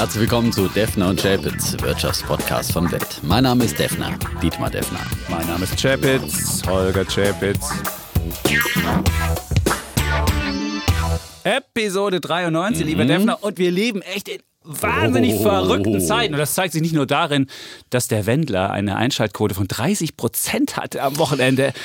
Herzlich willkommen zu Defner und Chapitz, Wirtschaftspodcast von Welt. Mein Name ist Defner, Dietmar Defner. Mein Name ist Chapitz, Holger Chapitz. Episode 93, lieber Defner. Und wir leben echt in wahnsinnig verrückten Zeiten. Und das zeigt sich nicht nur darin, dass der Wendler eine Einschaltquote von 30% hatte am Wochenende.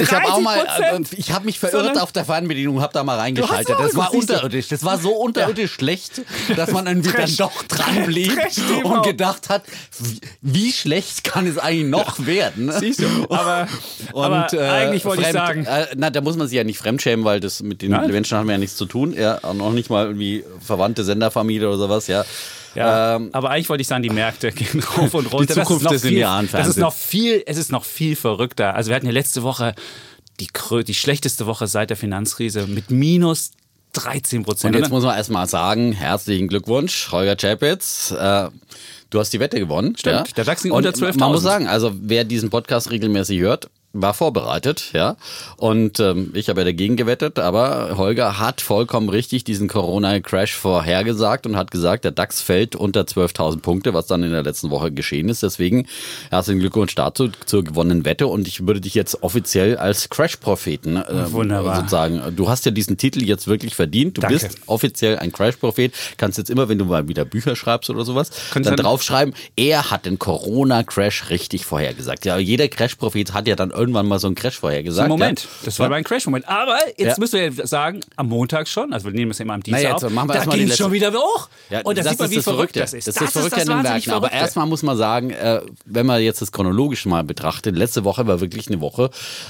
Ich habe mich verirrt auf der Fernbedienung, habe da mal reingeschaltet. Das war unterirdisch. Das war so unterirdisch schlecht, dass man irgendwie dann doch dran blieb und gedacht hat, wie schlecht kann es eigentlich noch werden? Siehst du, aber eigentlich wollte ich sagen... da muss man sich ja nicht fremdschämen, weil das mit den Menschen haben wir ja nichts zu tun. Ja, auch noch nicht mal irgendwie verwandte Senderfamilie oder sowas, ja. Ja, aber eigentlich wollte ich sagen, die Märkte gehen rauf und runter. Die Zukunft ist linearen Fernsehen. Es ist noch viel verrückter. Also wir hatten ja letzte Woche die schlechteste Woche seit der Finanzkrise mit minus 13%. Und jetzt muss man erstmal sagen, herzlichen Glückwunsch, Holger Chapitz. Du hast die Wette gewonnen. Stimmt, ja? der DAX ging unter 12.000. Man muss sagen, also wer diesen Podcast regelmäßig hört, war vorbereitet, ja. Und ich habe ja dagegen gewettet, aber Holger hat vollkommen richtig diesen Corona-Crash vorhergesagt und hat gesagt, der DAX fällt unter 12.000 Punkte, was dann in der letzten Woche geschehen ist. Deswegen herzlichen Glückwunsch dazu, zur gewonnenen Wette. Und ich würde dich jetzt offiziell als Crash-Propheten sozusagen, du hast ja diesen Titel jetzt wirklich verdient. Du bist offiziell ein Crash-Prophet. Kannst jetzt immer, wenn du mal wieder Bücher schreibst oder sowas, dann draufschreiben, er hat den Corona-Crash richtig vorhergesagt. Ja, jeder Crash-Prophet hat ja dann irgendwann mal so einen Crash vorher gesagt. Moment, das war mein Crash-Moment. Aber jetzt müsst ihr ja sagen, am Montag schon, also wir nehmen es ja immer am Dienstag auf, da ging es schon wieder hoch. Ja, und das sieht man, wie verrückt das ist. Das ist das Verrückte an den Märkten. Aber erstmal muss man sagen, wenn man jetzt das chronologisch mal betrachtet, letzte Woche war wirklich eine Woche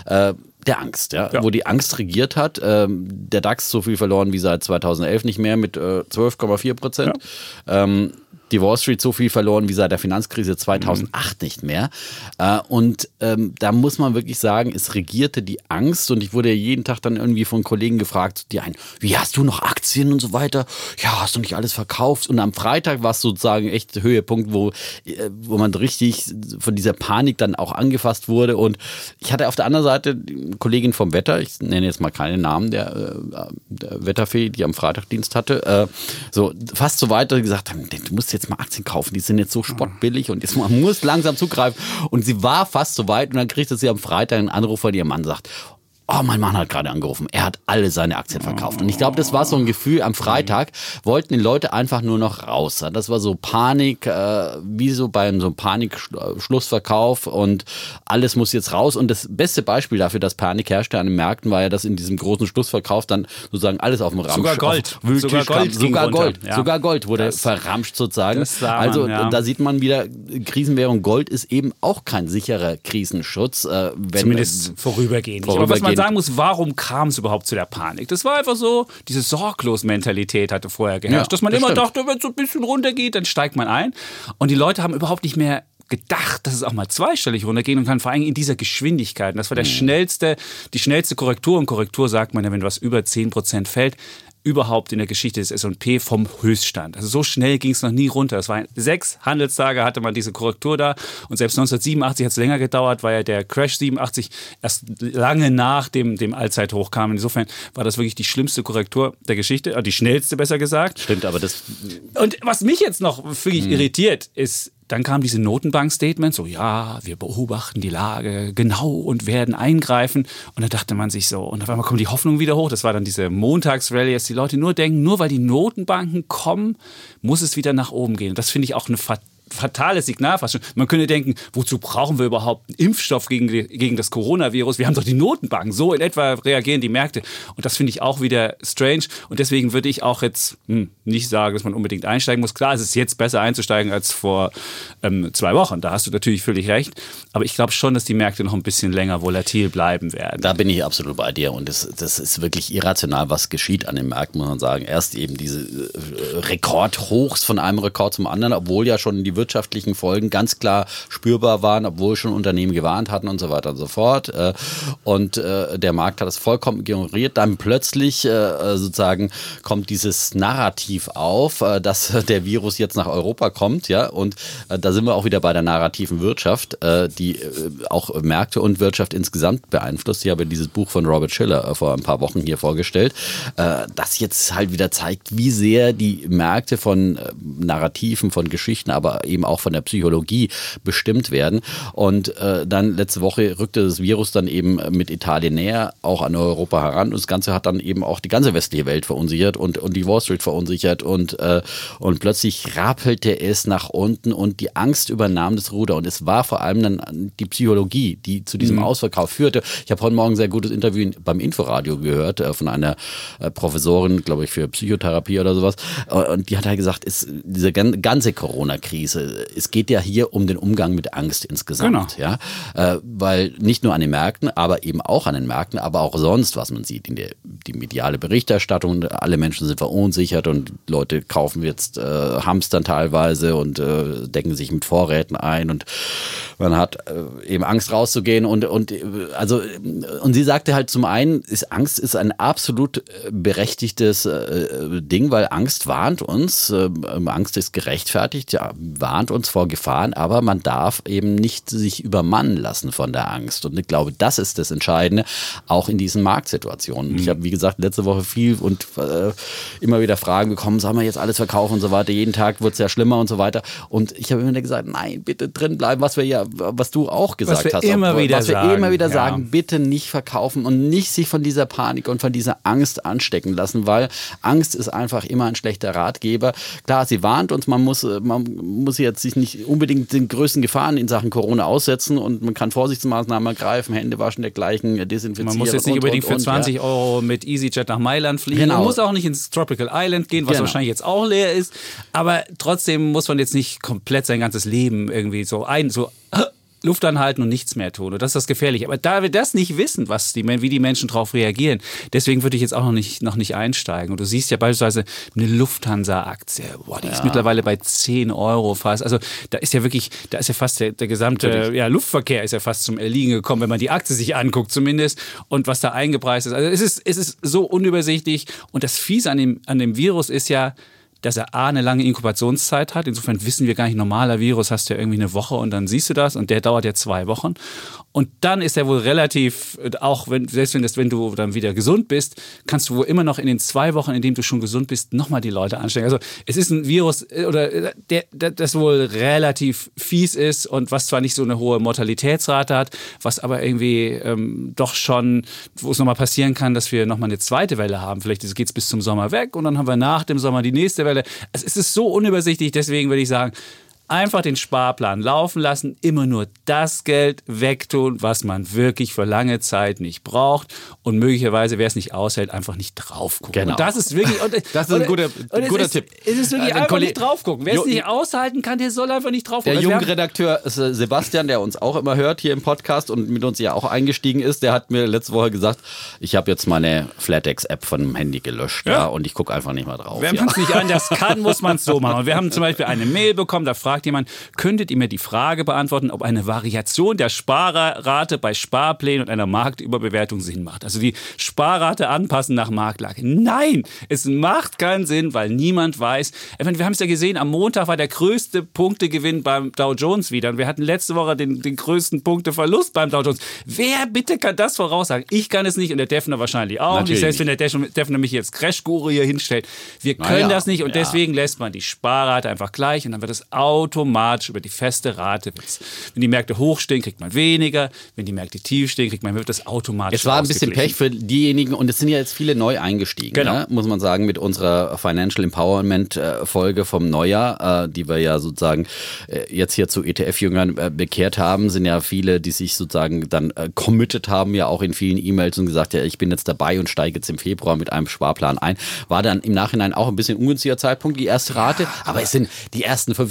der Angst, wo die Angst regiert hat. Der DAX so viel verloren wie seit 2011 nicht mehr mit 12,4%. Ja. Die Wall Street so viel verloren wie seit der Finanzkrise 2008 nicht mehr. Und da muss man wirklich sagen, es regierte die Angst. Und ich wurde ja jeden Tag dann irgendwie von Kollegen gefragt, wie hast du noch Aktien und so weiter? Ja, hast du nicht alles verkauft? Und am Freitag war es sozusagen echt der Höhepunkt, wo man richtig von dieser Panik dann auch angefasst wurde. Und ich hatte auf der anderen Seite eine Kollegin vom Wetter, ich nenne jetzt mal keinen Namen, der Wetterfee, die am Freitag Dienst hatte, fast so weiter gesagt haben, du musst jetzt mal Aktien kaufen, die sind jetzt so spottbillig und man muss langsam zugreifen. Und sie war fast so weit und dann kriegte sie am Freitag einen Anruf, weil ihr Mann sagt, mein Mann hat gerade angerufen, er hat alle seine Aktien verkauft. Und ich glaube, das war so ein Gefühl, am Freitag wollten die Leute einfach nur noch raus. Das war so Panik, wie so bei so einem Panik-Schlussverkauf und alles muss jetzt raus. Und das beste Beispiel dafür, dass Panik herrschte an den Märkten, war ja, dass in diesem großen Schlussverkauf dann sozusagen alles auf dem Ramsch. Sogar Gold wurde verramscht sozusagen. Also da sieht man wieder, Krisenwährung Gold ist eben auch kein sicherer Krisenschutz. Zumindest vorübergehend. Aber was man sagen muss, warum kam es überhaupt zu der Panik? Das war einfach so, diese Sorglos-Mentalität hatte vorher geherrscht, dass man immer dachte, wenn es so ein bisschen runtergeht, dann steigt man ein. Und die Leute haben überhaupt nicht mehr gedacht, dass es auch mal zweistellig runtergehen und kann vor allem in dieser Geschwindigkeit. Und das war die schnellste Korrektur. Und Korrektur sagt man ja, wenn was über 10% fällt, überhaupt in der Geschichte des S&P vom Höchststand. Also so schnell ging es noch nie runter. Es waren 6 Handelstage, hatte man diese Korrektur da. Und selbst 1987 hat es länger gedauert, weil ja der Crash 87 erst lange nach dem Allzeithoch kam. Insofern war das wirklich die schlimmste Korrektur der Geschichte, die schnellste besser gesagt. Stimmt, aber das... Und was mich jetzt noch wirklich irritiert, ist, dann kam diese Notenbank-Statement, so wir beobachten die Lage genau und werden eingreifen. Und dann dachte man sich so, und auf einmal kommt die Hoffnung wieder hoch. Das war dann diese Montagsrallye, dass die Leute nur denken, nur weil die Notenbanken kommen, muss es wieder nach oben gehen. Und das finde ich auch eine fatales Signal fast schon. Man könnte denken, wozu brauchen wir überhaupt einen Impfstoff gegen das Coronavirus? Wir haben doch die Notenbanken. So in etwa reagieren die Märkte. Und das finde ich auch wieder strange. Und deswegen würde ich auch jetzt nicht sagen, dass man unbedingt einsteigen muss. Klar, es ist jetzt besser einzusteigen als vor 2 Wochen. Da hast du natürlich völlig recht. Aber ich glaube schon, dass die Märkte noch ein bisschen länger volatil bleiben werden. Da bin ich absolut bei dir. Und das ist wirklich irrational, was geschieht an den Märkten, muss man sagen. Erst eben diese Rekordhochs von einem Rekord zum anderen, obwohl ja schon die wirtschaftlichen Folgen ganz klar spürbar waren, obwohl schon Unternehmen gewarnt hatten und so weiter und so fort. Und der Markt hat das vollkommen ignoriert. Dann plötzlich sozusagen kommt dieses Narrativ auf, dass der Virus jetzt nach Europa kommt, ja, und da sind wir auch wieder bei der narrativen Wirtschaft, die auch Märkte und Wirtschaft insgesamt beeinflusst. Ich habe dieses Buch von Robert Shiller vor ein paar Wochen hier vorgestellt, das jetzt halt wieder zeigt, wie sehr die Märkte von Narrativen, von Geschichten, aber eben auch von der Psychologie bestimmt werden. Und dann letzte Woche rückte das Virus dann eben mit Italien näher, auch an Europa heran. Und das Ganze hat dann eben auch die ganze westliche Welt verunsichert und die Wall Street verunsichert und plötzlich rappelte es nach unten und die Angst übernahm das Ruder. Und es war vor allem dann die Psychologie, die zu diesem Ausverkauf führte. Ich habe heute Morgen ein sehr gutes Interview beim Inforadio gehört von einer Professorin, glaube ich, für Psychotherapie oder sowas. Und die hat halt gesagt, diese ganze Corona-Krise, es geht ja hier um den Umgang mit Angst insgesamt. Genau. Ja? Weil nicht nur an den Märkten, aber eben auch an den Märkten, aber auch sonst, was man sieht, die mediale Berichterstattung, alle Menschen sind verunsichert und Leute kaufen jetzt Hamstern teilweise und decken sich mit Vorräten ein und man hat eben Angst rauszugehen und sie sagte halt zum einen, Angst ist ein absolut berechtigtes Ding, weil Angst warnt uns, Angst ist gerechtfertigt, ja, warnt uns vor Gefahren, aber man darf eben nicht sich übermannen lassen von der Angst und ich glaube, das ist das Entscheidende, auch in diesen Marktsituationen. Ich habe, wie gesagt, letzte Woche viel und immer wieder Fragen bekommen, sollen wir jetzt alles verkaufen und so weiter, jeden Tag wird es ja schlimmer und so weiter und ich habe immer gesagt, nein, bitte drin bleiben, was du auch gesagt hast. Was wir immer wieder sagen, bitte nicht verkaufen und nicht sich von dieser Panik und von dieser Angst anstecken lassen, weil Angst ist einfach immer ein schlechter Ratgeber. Klar, sie warnt uns, man muss jetzt sich nicht unbedingt den größten Gefahren in Sachen Corona aussetzen und man kann Vorsichtsmaßnahmen ergreifen, Hände waschen, dergleichen, desinfizieren. Man muss jetzt nicht unbedingt für 20 Euro mit EasyJet nach Mailand fliegen. Genau. Man muss auch nicht ins Tropical Island gehen, was wahrscheinlich jetzt auch leer ist. Aber trotzdem muss man jetzt nicht komplett sein ganzes Leben irgendwie so Luft anhalten und nichts mehr tun. Und das ist das Gefährliche. Aber da wir das nicht wissen, wie die Menschen darauf reagieren, deswegen würde ich jetzt auch noch nicht einsteigen. Und du siehst ja beispielsweise eine Lufthansa-Aktie. Die ist mittlerweile bei 10 Euro fast. Also da ist ja fast der gesamte Luftverkehr ist ja fast zum Erliegen gekommen, wenn man die Aktie sich anguckt zumindest. Und was da eingepreist ist. Also es ist so unübersichtlich. Und das Fiese an dem Virus ist ja, dass er eine lange Inkubationszeit hat. Insofern wissen wir gar nicht, normaler Virus hast du ja irgendwie eine Woche und dann siehst du das und der dauert ja 2 Wochen. Und dann ist er wohl relativ, wenn du dann wieder gesund bist, kannst du wohl immer noch in den 2 Wochen, in denen du schon gesund bist, nochmal die Leute anstecken. Also es ist ein Virus, das wohl relativ fies ist und was zwar nicht so eine hohe Mortalitätsrate hat, was aber irgendwie doch schon, wo es nochmal passieren kann, dass wir nochmal eine zweite Welle haben. Vielleicht geht es bis zum Sommer weg und dann haben wir nach dem Sommer die nächste Welle. Also es ist so unübersichtlich, deswegen würde ich sagen, einfach den Sparplan laufen lassen, immer nur das Geld wegtun, was man wirklich für lange Zeit nicht braucht und möglicherweise, wer es nicht aushält, einfach nicht drauf gucken. Genau. Und das ist wirklich, das ist ein guter Tipp. Es ist wirklich einfach nicht drauf gucken. Wer es nicht aushalten kann, der soll einfach nicht drauf gucken. Der Jungredakteur Sebastian, der uns auch immer hört hier im Podcast und mit uns ja auch eingestiegen ist, der hat mir letzte Woche gesagt, ich habe jetzt meine FlatEx-App von dem Handy gelöscht und ich gucke einfach nicht mehr drauf. Wenn man es nicht anders kann, muss man es so machen. Und wir haben zum Beispiel eine Mail bekommen, da fragt jemand, könntet ihr mir die Frage beantworten, ob eine Variation der Sparrate bei Sparplänen und einer Marktüberbewertung Sinn macht? Also die Sparrate anpassen nach Marktlage. Nein, es macht keinen Sinn, weil niemand weiß. Wir haben es ja gesehen, am Montag war der größte Punktegewinn beim Dow Jones wieder. Und wir hatten letzte Woche den größten Punkteverlust beim Dow Jones. Wer bitte kann das voraussagen? Ich kann es nicht und der Defner wahrscheinlich auch nicht. Selbst wenn der Defner mich jetzt Crash-Guru hier hinstellt. Wir können das nicht und deswegen lässt man die Sparrate einfach gleich und dann wird es automatisch über die feste Rate. Wenn die Märkte hoch stehen, kriegt man weniger. Wenn die Märkte tief stehen, wird das automatisch. Es war ein bisschen Pech für diejenigen und es sind ja jetzt viele neu eingestiegen, genau. Muss man sagen, mit unserer Financial Empowerment Folge vom Neujahr, die wir ja sozusagen jetzt hier zu ETF-Jüngern bekehrt haben, sind ja viele, die sich sozusagen dann committed haben, ja auch in vielen E-Mails und gesagt, ja, ich bin jetzt dabei und steige jetzt im Februar mit einem Sparplan ein. War dann im Nachhinein auch ein bisschen ungünstiger Zeitpunkt, die erste Rate, aber es sind die ersten 50 Euro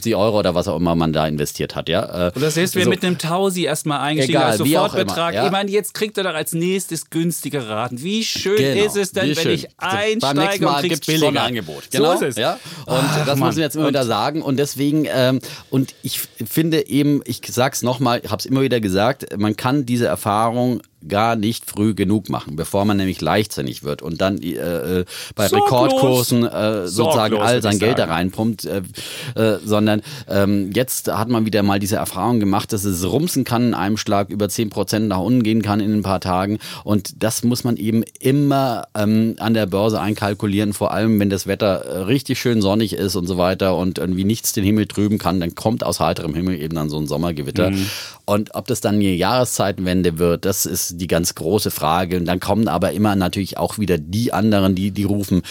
oder was auch immer man da investiert hat. Ja? Oder selbst wer mit einem Tausi erstmal eingestiegen als Sofortbetrag. Ja? Ich meine, jetzt kriegt er doch als nächstes günstigere Raten. Wie schön ist es denn, wenn ich einsteige beim nächsten Mal und krieg's gibt's schon ein billiger. Angebot. Genau. So ist es. Ja? Und das muss man jetzt immer wieder sagen. Und deswegen, und ich finde eben, ich sag's nochmal, ich habe es immer wieder gesagt, man kann diese Erfahrung gar nicht früh genug machen, bevor man nämlich leichtsinnig wird und dann bei Rekordkursen sozusagen all sein Geld da reinpumpt, sondern jetzt hat man wieder mal diese Erfahrung gemacht, dass es rumsen kann in einem Schlag, über 10% nach unten gehen kann in ein paar Tagen, und das muss man eben immer an der Börse einkalkulieren, vor allem wenn das Wetter richtig schön sonnig ist und so weiter und irgendwie nichts den Himmel trüben kann, dann kommt aus heiterem Himmel eben dann so ein Sommergewitter. Und ob das dann eine Jahreszeitenwende wird, das ist die ganz große Frage. Und dann kommen aber immer natürlich auch wieder die anderen, die rufen,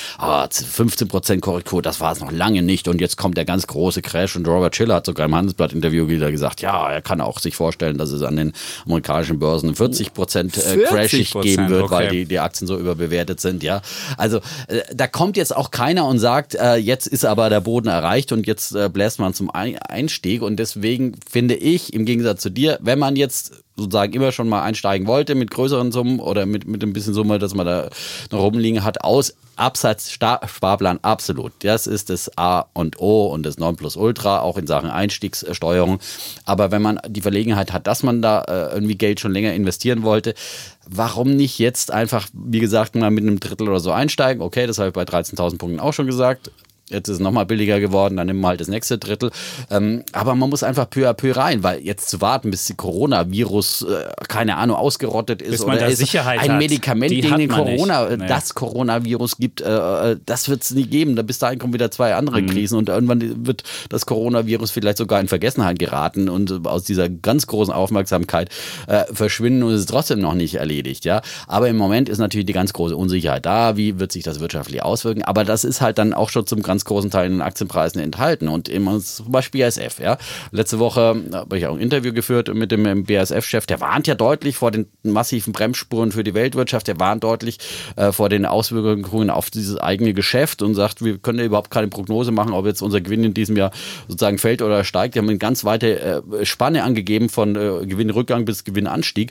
15% Korrektur, das war es noch lange nicht und jetzt kommt der ganz große Crash. Und Robert Shiller hat sogar im Handelsblatt-Interview wieder gesagt, ja, er kann auch sich vorstellen, dass es an den amerikanischen Börsen 40% Crash geben wird, weil die Aktien so überbewertet sind. Ja, also da kommt jetzt auch keiner und sagt, jetzt ist aber der Boden erreicht und jetzt bläst man zum Einstieg. Und deswegen finde ich, im Gegensatz zu dir, wenn man jetzt sozusagen immer schon mal einsteigen wollte mit größeren Summen oder mit ein bisschen Summe, dass man da noch rumliegen hat, Absatz-Sparplan absolut. Das ist das A und O und das Nonplusultra, auch in Sachen Einstiegssteuerung. Aber wenn man die Verlegenheit hat, dass man da irgendwie Geld schon länger investieren wollte, warum nicht jetzt einfach, wie gesagt, mal mit einem Drittel oder so einsteigen? Okay, das habe ich bei 13.000 Punkten auch schon gesagt. Jetzt ist es nochmal billiger geworden, dann nehmen wir halt das nächste Drittel. Aber man muss einfach peu à peu rein, weil jetzt zu warten, bis die Coronavirus, keine Ahnung, ausgerottet ist oder es ein Medikament gegen den das Coronavirus gibt, das wird es nie geben. Bis dahin kommen wieder 2 andere Krisen und irgendwann wird das Coronavirus vielleicht sogar in Vergessenheit geraten und aus dieser ganz großen Aufmerksamkeit verschwinden und es ist trotzdem noch nicht erledigt. Ja? Aber im Moment ist natürlich die ganz große Unsicherheit da. Wie wird sich das wirtschaftlich auswirken? Aber das ist halt dann auch schon zum ganz großen Teil in den Aktienpreisen enthalten und immer zum Beispiel BASF. Ja. Letzte Woche habe ich auch ein Interview geführt mit dem BASF-Chef, der warnt ja deutlich vor den massiven Bremsspuren für die Weltwirtschaft, der warnt deutlich vor den Auswirkungen auf dieses eigene Geschäft und sagt, wir können ja überhaupt keine Prognose machen, ob jetzt unser Gewinn in diesem Jahr sozusagen fällt oder steigt. Die haben eine ganz weite Spanne angegeben von Gewinnrückgang bis Gewinnanstieg.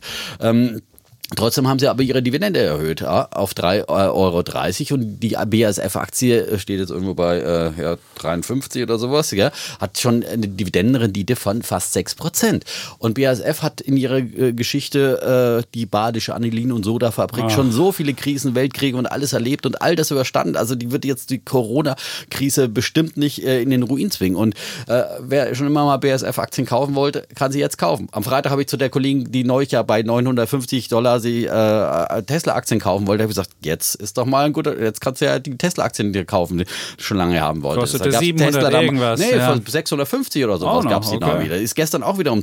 Trotzdem haben sie aber ihre Dividende erhöht auf 3,30 € und die BASF-Aktie steht jetzt irgendwo bei 53 oder sowas, ja, hat schon eine Dividendenrendite von fast 6%. Und BASF hat in ihrer Geschichte die badische Anilin- und Sodafabrik schon so viele Krisen, Weltkriege und alles erlebt und all das überstanden. Also die wird jetzt die Corona-Krise bestimmt nicht in den Ruin zwingen. Und wer schon immer mal BASF-Aktien kaufen wollte, kann sie jetzt kaufen. Am Freitag habe ich zu der Kollegin, die neulich ja bei $950 sie Tesla-Aktien kaufen wollte, habe ich gesagt, jetzt ist doch mal ein guter, jetzt kannst du ja die Tesla-Aktien dir kaufen, die du schon lange haben wolltest. Kostete 700 Tesla irgendwas. Nee, von 650 oder sowas gab es die noch wieder. Ist gestern auch wieder um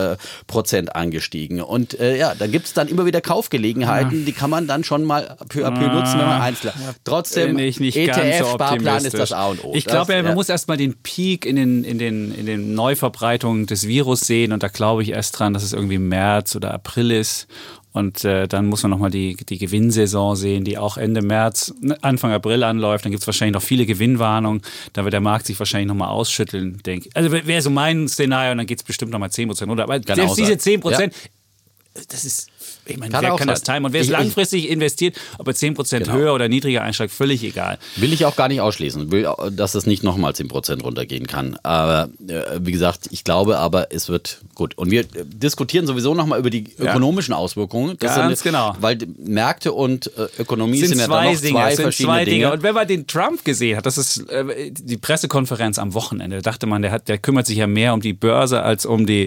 10% angestiegen. Und da gibt es dann immer wieder Kaufgelegenheiten, die kann man dann schon mal peu à peu nutzen, wenn man einzeln. Trotzdem, ETF-Sparplan ist das A und O. Ich glaube, man muss erstmal den Peak in den Neuverbreitungen des Virus sehen und da glaube ich erst dran, dass es irgendwie März oder April ist. Und dann muss man nochmal die Gewinnsaison sehen, die auch Ende März, Anfang April anläuft. Dann gibt es wahrscheinlich noch viele Gewinnwarnungen. Da wird der Markt sich wahrscheinlich nochmal ausschütteln, denke ich. Also wäre so mein Szenario und dann geht es bestimmt nochmal 10% runter. Aber selbst diese 10%, das ist... Ich meine, wer kann das timen? Und wer es langfristig investiert, ob er 10% höher oder niedriger einsteigt, völlig egal. Will ich auch gar nicht ausschließen, dass es nicht nochmal 10% runtergehen kann. Aber wie gesagt, ich glaube aber, es wird gut. Und wir diskutieren sowieso nochmal über die ökonomischen Auswirkungen. Genau. Weil Märkte und Ökonomie sind ja dann noch zwei verschiedene Dinge. Und wenn man den Trump gesehen hat, das ist die Pressekonferenz am Wochenende, da dachte man, der kümmert sich ja mehr um die Börse als um die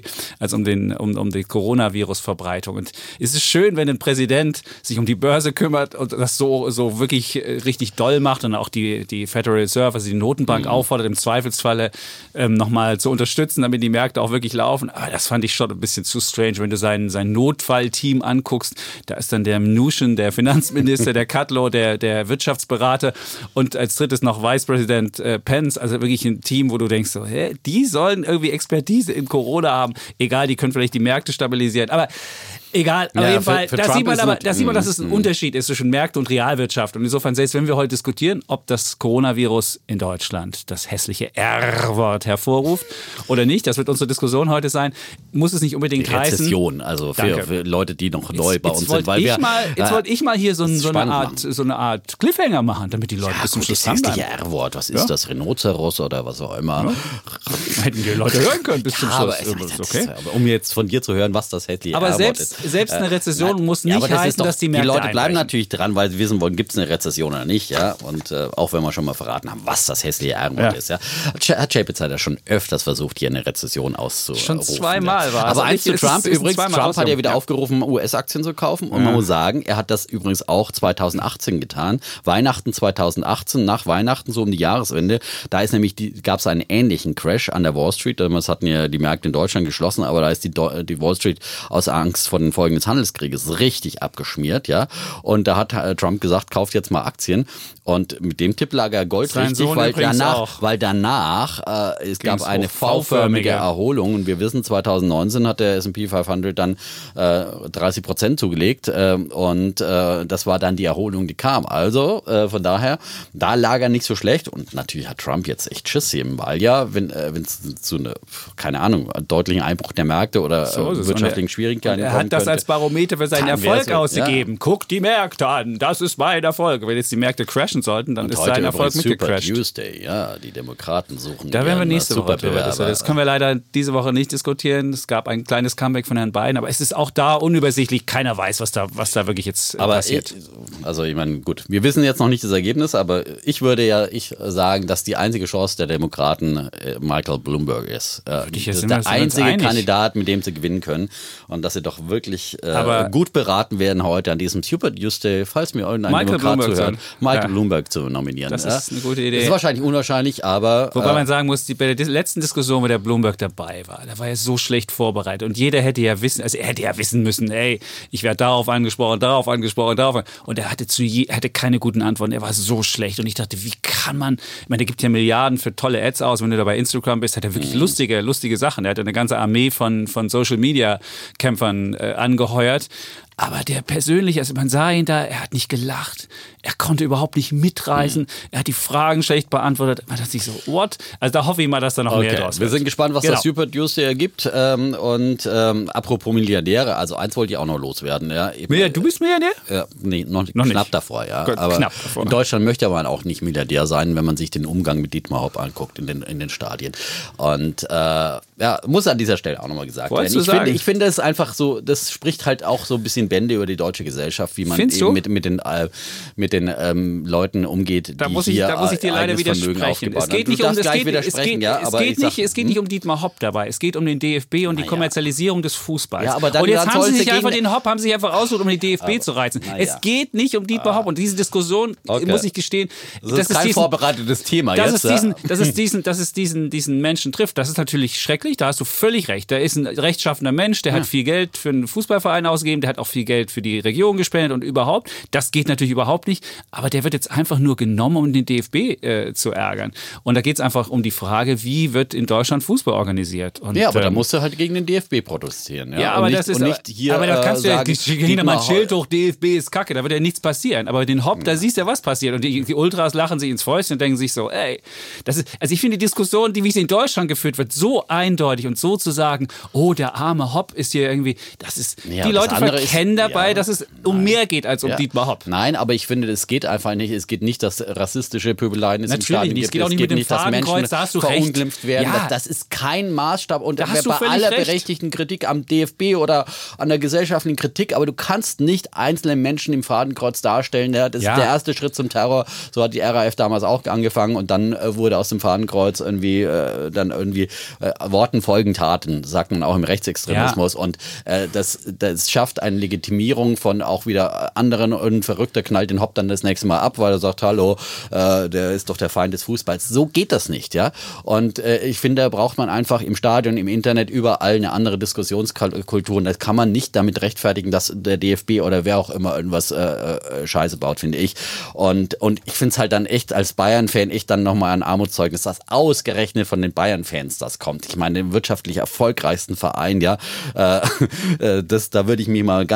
Coronavirus-Verbreitung. Und es ist schön, wenn ein Präsident sich um die Börse kümmert und das so wirklich richtig doll macht und auch die Federal Reserve, also die Notenbank auffordert, im Zweifelsfalle nochmal zu unterstützen, damit die Märkte auch wirklich laufen. Aber das fand ich schon ein bisschen zu strange, wenn du sein Notfallteam anguckst. Da ist dann der Mnuchin, der Finanzminister, der Kudlow, der Wirtschaftsberater und als drittes noch Vicepräsident Pence. Also wirklich ein Team, wo du denkst, so, die sollen irgendwie Expertise in Corona haben. Egal, die können vielleicht die Märkte stabilisieren. Aber egal, auf jeden Fall, da sieht man, dass es ein Unterschied ist zwischen Märkte und Realwirtschaft. Und insofern, selbst wenn wir heute diskutieren, ob das Coronavirus in Deutschland das hässliche R-Wort hervorruft oder nicht, das wird unsere Diskussion heute sein, muss es nicht unbedingt heißen. Rezession, also für Leute, die noch neu bei uns sind. Jetzt wollte ich mal hier so eine Art Cliffhanger machen, damit die Leute bis zum Schluss haben. Das hässliche R-Wort, was ist das? Rhinoceros oder was auch immer? Ja. Hätten die Leute hören können bis zum Schluss. Okay. Aber um jetzt von dir zu hören, was das hässliche R-Wort ist. Aber selbst eine Rezession muss nicht heißen, dass die Märkte Die Leute bleiben natürlich dran, weil sie wissen wollen, gibt es eine Rezession oder nicht. Ja? Und auch wenn wir schon mal verraten haben, was das hässliche R-Wort ist. Ja? Herr Chapitz hat ja schon öfters versucht, hier eine Rezession auszurufen. Schon zweimal war es. Aber eins zu Trump übrigens. Trump hat ja wieder aufgerufen, US-Aktien zu kaufen. Und man muss sagen, er hat das übrigens auch 2018 getan. Weihnachten 2018, nach Weihnachten, so um die Jahreswende, da ist nämlich gab es einen ähnlichen Crash an der Wall Street. Damals hatten ja die Märkte in Deutschland geschlossen, aber da ist die Wall Street aus Angst vor den Folgen des Handelskrieges richtig abgeschmiert, ja. Und da hat Trump gesagt, kauft jetzt mal Aktien. Und mit dem Tipp lag er goldrichtig, weil danach es gab eine V-förmige Erholung. Und wir wissen, 2019 hat der S&P 500 dann 30% zugelegt. Und das war dann die Erholung, die kam. Also von daher, da lag er nicht so schlecht. Und natürlich hat Trump jetzt echt Schiss im Wahljahr, wenn es zu keine Ahnung, deutlichen Einbruch der Märkte oder wirtschaftlichen Schwierigkeiten kommen. Er hat das als Barometer für seinen Erfolg ausgegeben. Ja. Guck die Märkte an, das ist mein Erfolg. Wenn jetzt die Märkte crashen sollten, dann ist sein Erfolg mitgecrashed. Super Tuesday, ja, die Demokraten suchen. Da werden wir nächste Woche drüber. Das können wir leider diese Woche nicht diskutieren. Es gab ein kleines Comeback von Herrn Biden, aber es ist auch da unübersichtlich. Keiner weiß, was da wirklich jetzt passiert. Ich meine, gut, wir wissen jetzt noch nicht das Ergebnis, aber ich würde sagen, dass die einzige Chance der Demokraten Michael Bloomberg ist. Das ist der einzige Kandidat, mit dem sie gewinnen können. Und dass sie doch wirklich gut beraten werden, heute an diesem Super Tuesday, falls mir irgendein Demokrat zuhört, Michael Bloomberg zu nominieren. Das ist eine gute Idee. Das ist wahrscheinlich unwahrscheinlich, aber... Wobei man sagen muss, bei der letzten Diskussion, wo der Bloomberg dabei war, da war er so schlecht vorbereitet. Und jeder hätte ja wissen müssen, ey, ich werde darauf angesprochen. Und er hatte keine guten Antworten. Er war so schlecht. Und ich dachte, wie kann man... Ich meine, der gibt ja Milliarden für tolle Ads aus. Wenn du da bei Instagram bist, hat er wirklich lustige Sachen. Er hat eine ganze Armee von Social-Media-Kämpfern angeheuert. Aber der persönlich, also man sah ihn da, er hat nicht gelacht, er konnte überhaupt nicht mitreißen, er hat die Fragen schlecht beantwortet. Man dachte sich so, what? Also da hoffe ich mal, dass da noch mehr draus wird. Wir sind gespannt, was das Super Tuesday ergibt. Und apropos Milliardäre, also eins wollte ich auch noch loswerden. Ja. Du bist Milliardär? Ja, nee, noch knapp nicht. Davor, ja. Gut, aber knapp davor. In Deutschland möchte man auch nicht Milliardär sein, wenn man sich den Umgang mit Dietmar Hopp anguckt in den Stadien. Und muss an dieser Stelle auch nochmal gesagt werden. Ich finde es einfach so, das spricht halt auch so ein bisschen Bände über die deutsche Gesellschaft, wie man eben mit den Leuten umgeht, da muss ich dir leider widersprechen. Es geht nicht um Dietmar Hopp dabei. Es geht um den DFB und die Kommerzialisierung des Fußballs. Ja, aber dann, und jetzt haben sie sich einfach den Hopp ausgesucht, um den DFB zu reizen. Es geht nicht um Dietmar Hopp und diese Diskussion, muss ich gestehen, das ist kein vorbereitetes Thema dass es diesen Menschen trifft. Das ist natürlich schrecklich, da hast du völlig recht. Da ist ein rechtschaffener Mensch, der hat viel Geld für einen Fußballverein ausgegeben, der hat auch viel Geld für die Region gespendet und überhaupt. Das geht natürlich überhaupt nicht, aber der wird jetzt einfach nur genommen, um den DFB zu ärgern. Und da geht es einfach um die Frage, wie wird in Deutschland Fußball organisiert. Und, aber da musst du halt gegen den DFB protestieren. Ja, aber da kannst du ja hinter mal ein Schild hoch, DFB ist Kacke, da wird ja nichts passieren. Aber den Hopp, da siehst du ja, was passiert. Und die Ultras lachen sich ins Fäustchen und denken sich so, ey, also ich finde die Diskussion, wie sie in Deutschland geführt wird, so eindeutig und so zu sagen, oh, der arme Hopp ist hier irgendwie, das ist, die Leute verkennen dabei, dass es um mehr geht als um Dietmar Hopp. Nein, aber ich finde, es geht einfach nicht, es geht nicht, dass rassistische Pöbeleien im Stadion gibt. Es geht auch nicht mit dem Fadenkreuz, da hast du recht. Verunglimpft werden. Ja. Das ist kein Maßstab und bei aller berechtigten Kritik am DFB oder an der gesellschaftlichen Kritik, aber du kannst nicht einzelne Menschen im Fadenkreuz darstellen. Das ist der erste Schritt zum Terror. So hat die RAF damals auch angefangen und dann wurde aus dem Fadenkreuz irgendwie Worten folgen Taten, sagt man auch im Rechtsextremismus. Und das schafft eine Legitimierung von auch wieder anderen und ein Verrückter knallt den Hopp dann das nächste Mal ab, weil er sagt, hallo, der ist doch der Feind des Fußballs. So geht das nicht, ja. Und ich finde, da braucht man einfach im Stadion, im Internet, überall eine andere Diskussionskultur. Und das kann man nicht damit rechtfertigen, dass der DFB oder wer auch immer irgendwas Scheiße baut, finde ich. Und ich finde es halt dann echt als Bayern-Fan echt dann nochmal ein Armutszeugnis, dass ausgerechnet von den Bayern-Fans das kommt. Ich meine, den wirtschaftlich erfolgreichsten Verein, ja, da würde ich mich mal ganz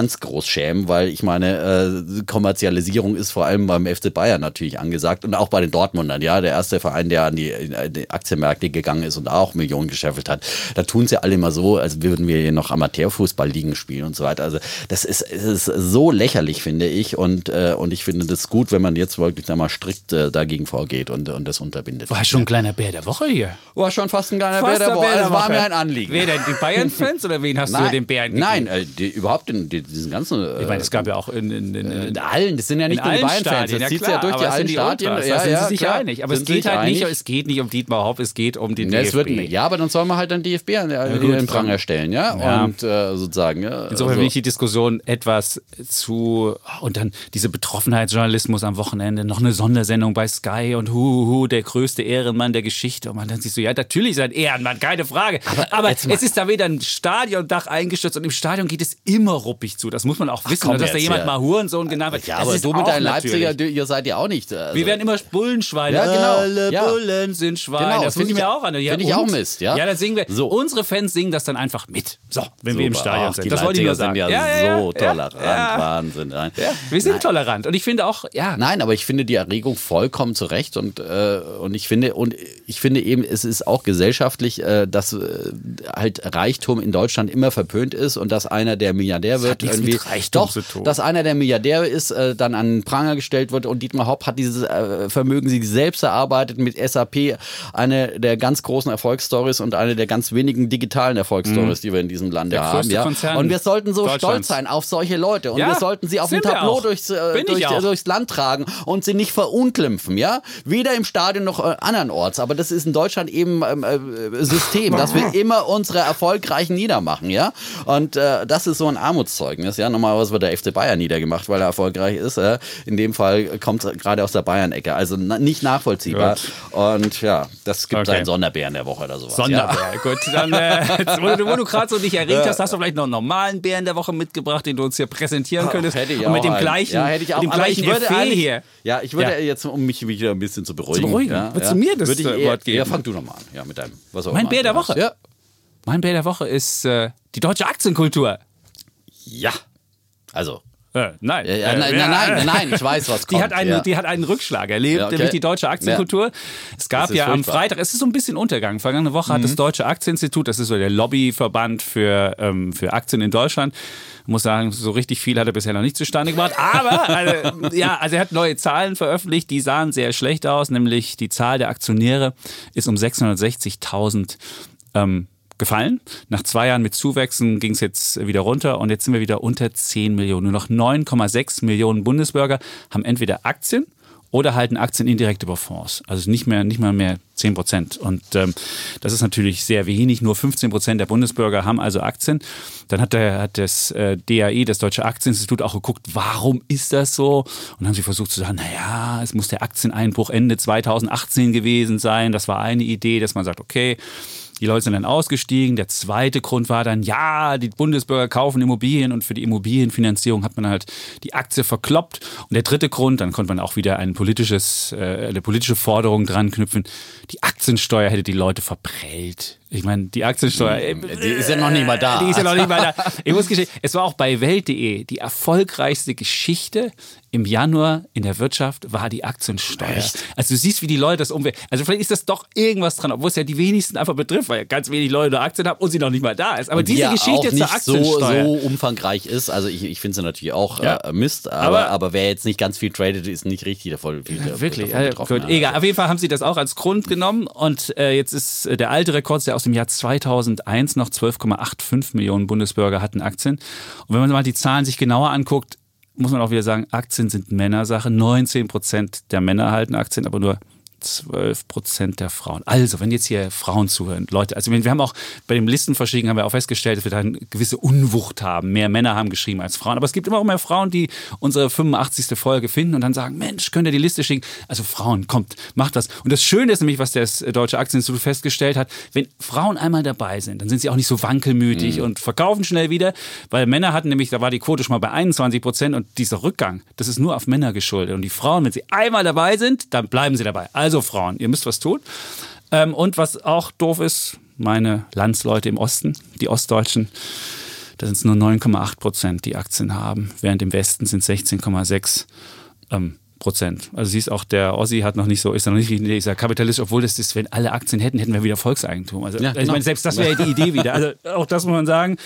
ganz groß schämen, weil ich meine, Kommerzialisierung ist vor allem beim FC Bayern natürlich angesagt und auch bei den Dortmundern, ja, der erste Verein, der an die Aktienmärkte gegangen ist und auch Millionen gescheffelt hat. Da tun sie alle immer so, als würden wir hier noch Amateurfußball-Ligen spielen und so weiter. Also das ist so lächerlich, finde ich, und ich finde das gut, wenn man jetzt wirklich da mal strikt dagegen vorgeht und das unterbindet. War schon ein kleiner Bär der Woche hier. War schon fast ein kleiner Bär der Woche. Das war mir ein Anliegen. Wer denn, die Bayern-Fans oder wen hast du den Bären gegeben? Nein, überhaupt diesen ganzen... ich meine, es gab ja auch in allen, das sind ja nicht nur die Bayern-Fans, das zieht ja durch die allen Stadien. Da sind sie sich einig. Aber es geht halt nicht, es geht nicht um Dietmar Hopp, es geht um den DFB. Ja, aber dann soll man halt dann DFB in den Pranger stellen, ja? Und sozusagen... Insofern will ich die Diskussion etwas zu... Und dann diese Betroffenheitsjournalismus am Wochenende, noch eine Sondersendung bei Sky und der größte Ehrenmann der Geschichte. Und man dann sich so, ja, natürlich ist er ein Ehrenmann, keine Frage. Aber es ist da wieder ein Stadiondach eingestürzt und im Stadion geht es immer ruppig zu. Das muss man auch wissen, dass da jemand mal Hurensohn genannt wird. Ja, aber du mit deinen Leipziger, ihr seid ja auch nicht. Also wir werden immer Bullenschweine. Ja, genau. Alle Bullen sind Schweine. Genau, das finde ich mir auch an. Finde ich auch Mist, ja. Ja, dann singen wir. So. Unsere Fans singen das dann einfach mit. So, wenn Super. wir im Stadion sind. Das wollte ich nur sagen. Sind ja so tolerant. Wahnsinn. Ja, wir sind tolerant. Und ich finde auch, Nein, aber ich finde die Erregung vollkommen zu Recht und ich finde eben, es ist auch gesellschaftlich, dass halt Reichtum in Deutschland immer verpönt ist und dass einer, der Milliardär wird, irgendwie dass einer, der Milliardär ist, dann an den Pranger gestellt wird und Dietmar Hopp hat dieses Vermögen sich selbst erarbeitet mit SAP, eine der ganz großen Erfolgsstories und eine der ganz wenigen digitalen Erfolgsstories, die wir in diesem Lande haben. Ja. Und wir sollten so stolz sein auf solche Leute und wir sollten sie auf dem Tableau durchs Land tragen und sie nicht verunglimpfen, ja? Weder im Stadion noch andernorts, aber das ist in Deutschland eben System, dass wir immer unsere Erfolgreichen niedermachen, ja? Und das ist so ein Armutszeugnis, ja? Normalerweise wird der FC Bayern niedergemacht, weil er erfolgreich ist. In dem Fall kommt es gerade aus der Bayern-Ecke, also nicht nachvollziehbar. Gut. Und ja, das gibt einen Sonderbären der Woche oder sowas. Sonderbär, gut. Dann, wo du gerade so dich erregt hast du vielleicht noch einen normalen Bären der Woche mitgebracht, den du uns hier präsentieren könntest. Hätte ich und mit auch dem gleichen, hätte ich auch. dem gleichen Effet hier. Ja, ich würde jetzt, um mich wieder ein bisschen zu beruhigen. Würdest du mir das Wort geben? Ja, fang du nochmal an. Ja, mit deinem, was auch mein Bär der Woche. Ja. Mein Bär der Woche ist die deutsche Aktienkultur. Ja. Also. Nein, ich weiß, was kommt. Die hat einen Rückschlag erlebt, nämlich die deutsche Aktienkultur. Ja. Es gab ja am Freitag, es ist so ein bisschen untergegangen. Vergangene Woche hat das Deutsche Aktieninstitut, das ist so der Lobbyverband für Aktien in Deutschland, ich muss sagen, so richtig viel hat er bisher noch nicht zustande gebracht. Aber, also er hat neue Zahlen veröffentlicht, die sahen sehr schlecht aus, nämlich die Zahl der Aktionäre ist um 660.000 gefallen. Nach 2 Jahren mit Zuwächsen ging es jetzt wieder runter und jetzt sind wir wieder unter 10 Millionen. Nur noch 9,6 Millionen Bundesbürger haben entweder Aktien oder halten Aktien indirekt über Fonds. Also nicht mal mehr 10%. Und das ist natürlich sehr wenig. Nur 15% der Bundesbürger haben also Aktien. Dann hat das DAI, das Deutsche Aktieninstitut, auch geguckt, warum ist das so? Und haben sie versucht zu sagen, naja, es muss der Aktieneinbruch Ende 2018 gewesen sein. Das war eine Idee, dass man sagt, okay, die Leute sind dann ausgestiegen. Der zweite Grund war dann, ja, die Bundesbürger kaufen Immobilien und für die Immobilienfinanzierung hat man halt die Aktie verkloppt. Und der dritte Grund, dann konnte man auch wieder eine politische Forderung dran knüpfen. Die Aktiensteuer hätte die Leute verprellt. Ich meine, die Aktiensteuer, die ist ja noch nicht mal da. Ich muss gestehen, es war auch bei Welt.de die erfolgreichste Geschichte im Januar in der Wirtschaft war die Aktiensteuer. Echt? Also du siehst, wie die Leute das umwälzen. Also vielleicht ist das doch irgendwas dran, obwohl es ja die wenigsten einfach betrifft, weil ja ganz wenig Leute nur Aktien haben und sie noch nicht mal da ist. Aber diese Geschichte zur Aktiensteuer so umfangreich ist, also ich finde sie natürlich auch Mist, aber wer jetzt nicht ganz viel tradet, ist nicht richtig davon wirklich betroffen. Egal, auf jeden Fall haben sie das auch als Grund genommen und jetzt ist der alte Rekord, der aus dem Jahr 2001 noch 12,85 Millionen Bundesbürger hatten Aktien. Und wenn man mal die Zahlen sich genauer anguckt, muss man auch wieder sagen, Aktien sind Männersache. 19% der Männer halten Aktien, aber nur 12% der Frauen. Also, wenn jetzt hier Frauen zuhören, Leute, also wir haben auch bei dem Listenverschicken haben wir auch festgestellt, dass wir da eine gewisse Unwucht haben. Mehr Männer haben geschrieben als Frauen. Aber es gibt immer auch mehr Frauen, die unsere 85. Folge finden und dann sagen, Mensch, könnt ihr die Liste schicken? Also Frauen, kommt, macht das. Und das Schöne ist nämlich, was das Deutsche Aktieninstitut festgestellt hat, wenn Frauen einmal dabei sind, dann sind sie auch nicht so wankelmütig und verkaufen schnell wieder, weil Männer hatten nämlich, da war die Quote schon mal bei 21% und dieser Rückgang, das ist nur auf Männer geschuldet. Und die Frauen, wenn sie einmal dabei sind, dann bleiben sie dabei. Also Frauen, ihr müsst was tun. Und was auch doof ist, meine Landsleute im Osten, die Ostdeutschen, Da sind es nur 9,8%, die Aktien haben, während im Westen sind 16,6%. Also siehst auch, der Ossi hat noch nicht so, ist noch nicht dieser Kapitalist, obwohl das ist, wenn alle Aktien hätten, hätten wir wieder Volkseigentum. Also ja, ich meine, selbst das wäre ja die Idee wieder. Also auch das muss man sagen.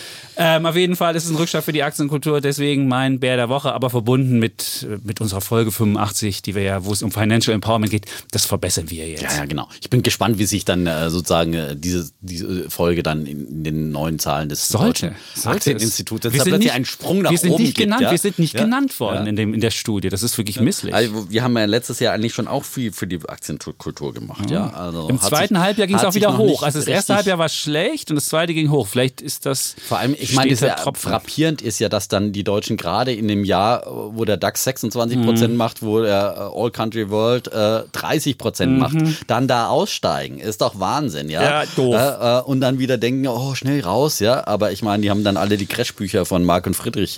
Auf jeden Fall ist es ein Rückschlag für die Aktienkultur, deswegen mein Bär der Woche, aber verbunden mit unserer Folge 85, die wir ja, wo es um Financial Empowerment geht, das verbessern wir jetzt. Ja, genau. Ich bin gespannt, wie sich dann sozusagen diese Folge dann in den neuen Zahlen des Deutschen Aktieninstituts, das ist plötzlich ein Sprung nach oben gibt. Ja? Wir sind nicht genannt worden in der Studie, das ist wirklich misslich. Also wir haben ja letztes Jahr eigentlich schon auch viel für die Aktienkultur gemacht. Ja. Also im zweiten Halbjahr ging es auch wieder hoch. Also das erste Halbjahr war schlecht und das zweite ging hoch. Vielleicht ist das... Vor allem, ich meine, frappierend ist ja, dass dann die Deutschen gerade in dem Jahr, wo der DAX 26% macht, wo der All Country World 30% macht, dann da aussteigen. Ist doch Wahnsinn, ja. Doof. Und dann wieder denken, oh, schnell raus, ja. Aber ich meine, die haben dann alle die Crashbücher von Mark Friedrich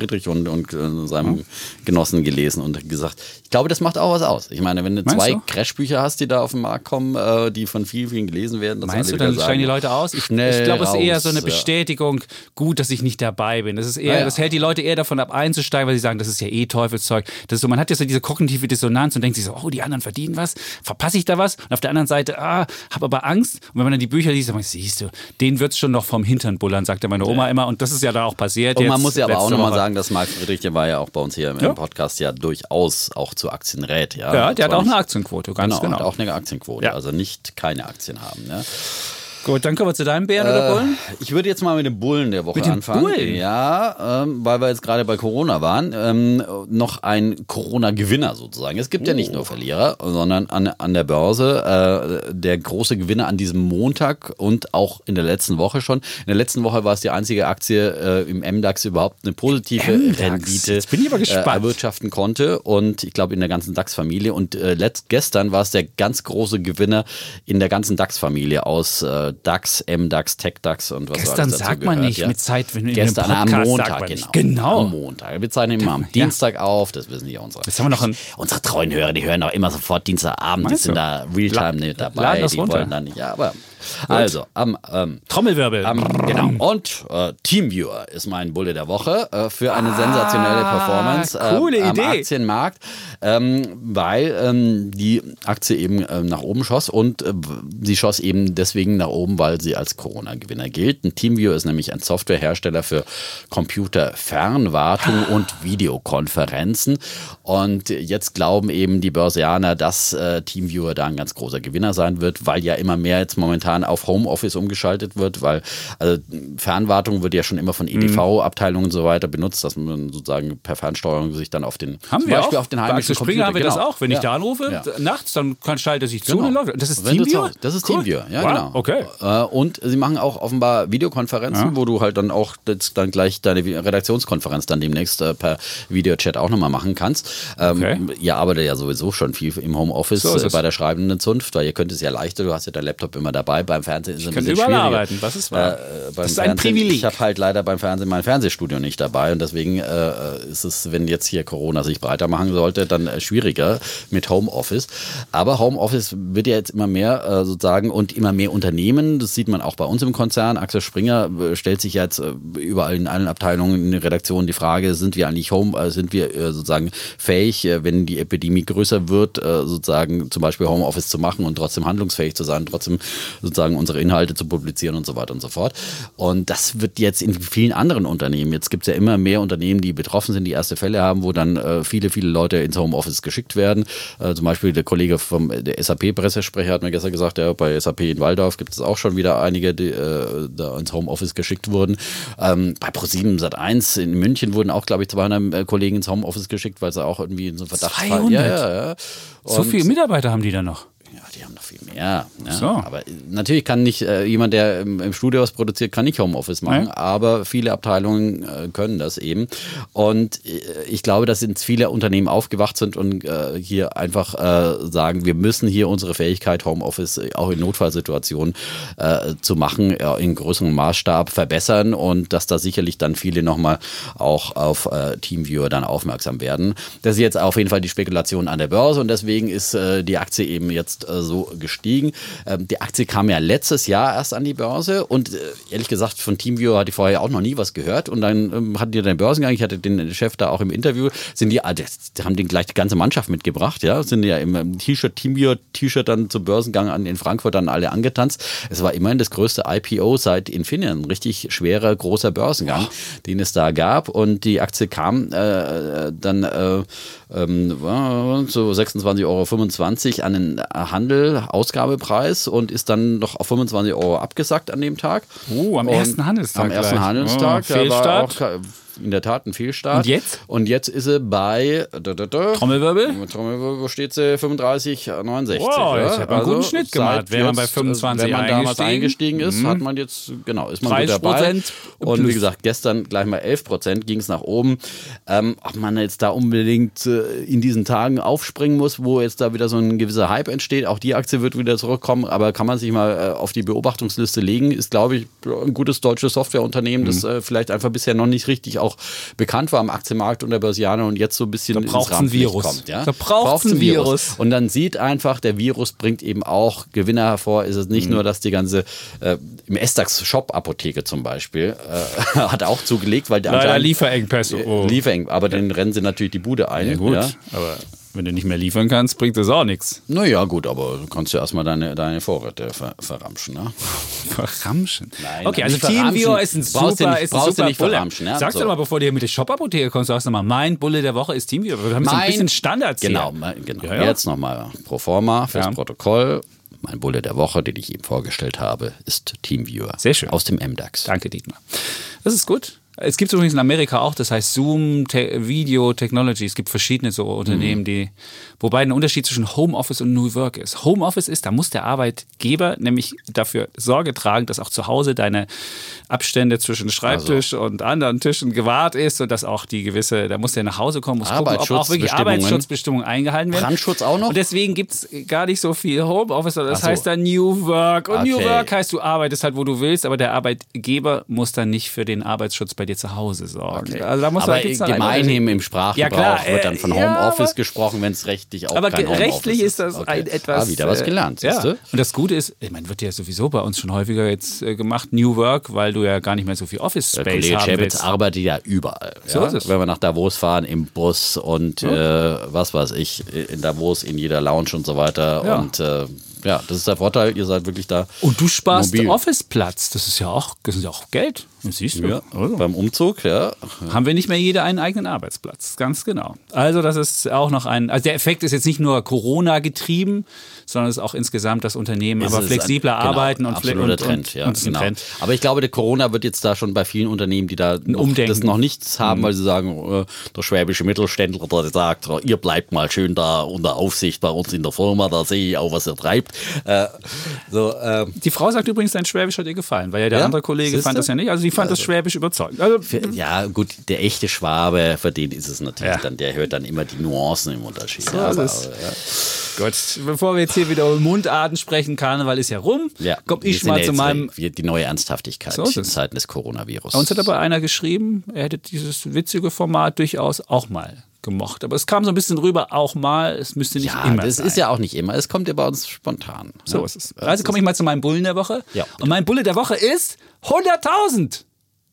und seinem Genossen gelesen und gesagt, ich glaube, das macht auch was aus. Ich meine, wenn du zwei Crashbücher hast, die da auf den Markt kommen, die von vielen, vielen gelesen werden. Meinst du, dann steigen die Leute aus? Ich glaube, es ist eher so eine Bestätigung, gut, dass ich nicht dabei bin. Das ist eher, das hält die Leute eher davon ab, einzusteigen, weil sie sagen, das ist ja Teufelszeug. Das ist so, man hat ja so diese kognitive Dissonanz und denkt sich so, oh, die anderen verdienen was, verpasse ich da was? Und auf der anderen Seite, habe aber Angst. Und wenn man dann die Bücher liest, dann sagt man, siehst du, denen wird es schon noch vom Hintern bullern, sagte meine Oma immer. Und das ist ja da auch passiert. Und man muss ja aber auch nochmal sagen, dass Mark Friedrich, der war ja auch bei uns hier im Podcast ja durchaus auch zu Aktien rät. Ja, der hat auch eine Aktienquote, ganz genau. Hat auch eine Aktienquote, also nicht keine Aktien haben. Ja. Gut, dann kommen wir zu deinem Bären oder Bullen? Ich würde jetzt mal mit dem Bullen der Woche anfangen. Bullen? Ja, weil wir jetzt gerade bei Corona waren. Noch ein Corona-Gewinner sozusagen. Es gibt ja nicht nur Verlierer, sondern an der Börse der große Gewinner an diesem Montag und auch in der letzten Woche schon. In der letzten Woche war es die einzige Aktie im MDAX überhaupt eine positive Rendite erwirtschaften konnte. Und ich glaube in der ganzen DAX-Familie. Und gestern war es der ganz große Gewinner in der ganzen DAX-Familie aus DAX, MDAX, TechDAX und was gestern alles dazu sagt man gehört, nicht mit Zeit, wenn wir gestern in am Montag, genau. Am Montag. Wir zeichnen immer am Dienstag auf, das wissen ja unsere. Jetzt haben wir noch unsere treuen Hörer, die hören auch immer sofort Dienstagabend, die sind da Realtime nicht dabei, die wollen dann nicht, ja, aber also am Trommelwirbel. Genau. Und TeamViewer ist mein Bulle der Woche für eine sensationelle Performance coole am Idee. Aktienmarkt, weil die Aktie eben nach oben schoss und sie schoss eben deswegen nach oben, weil sie als Corona-Gewinner gilt. Ein TeamViewer ist nämlich ein Softwarehersteller für Computerfernwartung und Videokonferenzen und jetzt glauben eben die Börsianer, dass TeamViewer da ein ganz großer Gewinner sein wird, weil ja immer mehr jetzt momentan auf Homeoffice umgeschaltet wird, weil Fernwartung wird ja schon immer von EDV-Abteilungen und so weiter benutzt, dass man sozusagen per Fernsteuerung sich dann auf den auf den heimischen Computer haben wir das auch. Wenn ich da anrufe, nachts, dann schaltet er sich zu und läuft. Das ist TeamViewer? Das ist TeamViewer, ja, genau. Okay. Und sie machen auch offenbar Videokonferenzen, wo du halt dann auch dann gleich deine Redaktionskonferenz dann demnächst per Videochat auch nochmal machen kannst. Ihr arbeitet ja sowieso schon viel im Homeoffice bei der schreibenden Zunft, weil ihr könnt es ja leichter, du hast ja dein Laptop immer dabei, beim Fernsehen ist es ein bisschen schwieriger. Arbeiten, das ist wahr. Das ist ein Privileg. Ich habe halt leider beim Fernsehen mein Fernsehstudio nicht dabei und deswegen ist es, wenn jetzt hier Corona sich breiter machen sollte, dann schwieriger mit Homeoffice. Aber Homeoffice wird ja jetzt immer mehr sozusagen und immer mehr Unternehmen, das sieht man auch bei uns im Konzern. Axel Springer stellt sich jetzt überall in allen Abteilungen in der Redaktion die Frage, sind wir eigentlich sind wir sozusagen fähig, wenn die Epidemie größer wird, sozusagen zum Beispiel Homeoffice zu machen und trotzdem handlungsfähig zu sein, trotzdem sozusagen unsere Inhalte zu publizieren und so weiter und so fort. Und das wird jetzt in vielen anderen Unternehmen, jetzt gibt es ja immer mehr Unternehmen, die betroffen sind, die erste Fälle haben, wo dann viele Leute ins Homeoffice geschickt werden. Zum Beispiel der Kollege der SAP-Pressesprecher hat mir gestern gesagt, bei SAP in Walldorf gibt es auch schon wieder einige, die da ins Homeoffice geschickt wurden. Bei ProSieben Sat.1 in München wurden auch, glaube ich, 200 Kollegen ins Homeoffice geschickt, weil sie auch irgendwie in so einem Verdachtsfall... 200? Ja. So viele Mitarbeiter haben die da noch? Ja, die haben noch viel mehr. Ne? So. Aber natürlich kann nicht jemand, der im Studio was produziert, kann nicht Homeoffice machen, aber viele Abteilungen können das eben. Und ich glaube, dass jetzt viele Unternehmen aufgewacht sind und hier einfach sagen, wir müssen hier unsere Fähigkeit, Homeoffice auch in Notfallsituationen zu machen, in größerem Maßstab verbessern und dass da sicherlich dann viele nochmal auch auf TeamViewer dann aufmerksam werden. Das ist jetzt auf jeden Fall die Spekulation an der Börse und deswegen ist die Aktie eben jetzt so gestiegen. Die Aktie kam ja letztes Jahr erst an die Börse und ehrlich gesagt, von TeamViewer hatte ich vorher auch noch nie was gehört und dann hatten die den Börsengang, ich hatte den Chef da auch im Interview, die haben den gleich die ganze Mannschaft mitgebracht, ja, sind ja im TeamViewer-T-Shirt dann zum Börsengang in Frankfurt dann alle angetanzt. Es war immerhin das größte IPO seit Infineon, ein richtig schwerer, großer Börsengang, den es da gab und die Aktie kam dann so 26,25 € an den Handel, Ausgabepreis und ist dann noch auf 25 € abgesackt an dem Tag. Am ersten Handelstag. Am ersten Handelstag. Fehlstart. War auch in der Tat ein Fehlstart. Und jetzt? Und jetzt ist sie bei Trommelwirbel? Wo steht sie? 35,69. Wow, ja? ich habe einen guten Schnitt gemacht. Wäre man bei 25 wenn man damals eingestiegen ist, hat man jetzt, genau, ist man gut dabei. Und wie gesagt, gestern gleich mal 11% ging es nach oben. Ob man jetzt da unbedingt in diesen Tagen aufspringen muss, wo jetzt da wieder so ein gewisser Hype entsteht, auch die Aktie wird wieder zurückkommen, aber kann man sich mal auf die Beobachtungsliste legen, ist, glaube ich, ein gutes deutsches Softwareunternehmen, das vielleicht einfach bisher noch nicht richtig auch bekannt war am Aktienmarkt unter Börsianer und jetzt so ein bisschen ins Rampenlicht kommt. Ja? Da braucht es ein Virus. Und dann sieht einfach, der Virus bringt eben auch Gewinner hervor. Ist es nicht nur, dass die ganze im Estax-Shop-Apotheke zum Beispiel hat auch zugelegt, weil der leider Lieferengpässe. Aber dann rennen sie natürlich die Bude ein. Ja, gut, ja? aber wenn du nicht mehr liefern kannst, bringt das auch nichts. Naja, gut, aber du kannst ja erstmal deine Vorräte verramschen. Ne? Verramschen? Nein, okay, also TeamViewer ist ein super Bulle. Ja? Sagst du mal, bevor du hier mit der Shop-Apotheke kommst, sagst du mal, mein Bulle der Woche ist TeamViewer. Wir haben so ein bisschen Standards hier. Genau. Ja. Jetzt nochmal pro forma fürs Protokoll. Mein Bulle der Woche, den ich eben vorgestellt habe, ist TeamViewer. Sehr schön. Aus dem MDAX. Danke, Dietmar. Das ist gut. Es gibt es übrigens in Amerika auch, das heißt Zoom Video Technology. Es gibt verschiedene so Unternehmen, wobei ein Unterschied zwischen Homeoffice und New Work ist. Homeoffice ist, da muss der Arbeitgeber nämlich dafür Sorge tragen, dass auch zu Hause deine Abstände zwischen Schreibtisch und anderen Tischen gewahrt ist und dass auch die gewisse, da muss der nach Hause kommen, muss gucken, ob auch wirklich Arbeitsschutzbestimmungen eingehalten werden. Brandschutz auch noch? Und deswegen gibt es gar nicht so viel Homeoffice, das heißt dann New Work. Und New Work heißt, du arbeitest halt, wo du willst, aber der Arbeitgeber muss dann nicht für den Arbeitsschutz bei dir zu Hause sorgen. Okay. Also da muss aber gemeinhin im Sprachgebrauch wird dann von Homeoffice gesprochen, wenn es rechtlich auch kein Homeoffice ist. Aber rechtlich ist das etwas... wieder was gelernt, siehst du? Und das Gute ist, ich meine, wird ja sowieso bei uns schon häufiger jetzt gemacht, New Work, weil du ja gar nicht mehr so viel Office-Space haben willst. Der Kollege Chapitz arbeitet ja überall. So ist es. Wenn wir nach Davos fahren, im Bus und was weiß ich, in Davos, in jeder Lounge und so weiter. Ja. Und das ist der Vorteil, ihr seid wirklich da. Und du sparst Office-Platz, das ist ja auch Geld. Das siehst du. Ja, also. Beim Umzug, haben wir nicht mehr jeder einen eigenen Arbeitsplatz, ganz genau. Also das ist auch noch also der Effekt ist jetzt nicht nur Corona getrieben, sondern es ist auch insgesamt das Unternehmen, aber flexibler arbeiten und absoluter Trend, und genau. Trend. Aber ich glaube, der Corona wird jetzt da schon bei vielen Unternehmen, die da das noch nichts haben, weil sie sagen, der schwäbische Mittelständler, der sagt, ihr bleibt mal schön da unter Aufsicht bei uns in der Firma, da sehe ich auch, was ihr treibt. Die Frau sagt übrigens, dein Schwäbisch hat ihr gefallen, weil der andere Kollege fand das ja nicht. Also die fand das Schwäbisch überzeugend. Also, gut, der echte Schwabe, für den ist es natürlich dann, der hört dann immer die Nuancen im Unterschied. Gut, bevor wir jetzt hier wieder um Mundarten sprechen, Karneval ist ja rum, komme ich mal zu meinem... Die neue Ernsthaftigkeit in Zeiten des Coronavirus. Uns hat aber einer geschrieben, er hätte dieses witzige Format durchaus auch mal gemocht. Aber es kam so ein bisschen rüber, auch mal, es müsste nicht immer sein. Das ist ja auch nicht immer, es kommt ja bei uns spontan. So ist es. Also komme ich mal zu meinem Bullen der Woche. Ja, und mein Bulle der Woche ist 100.000.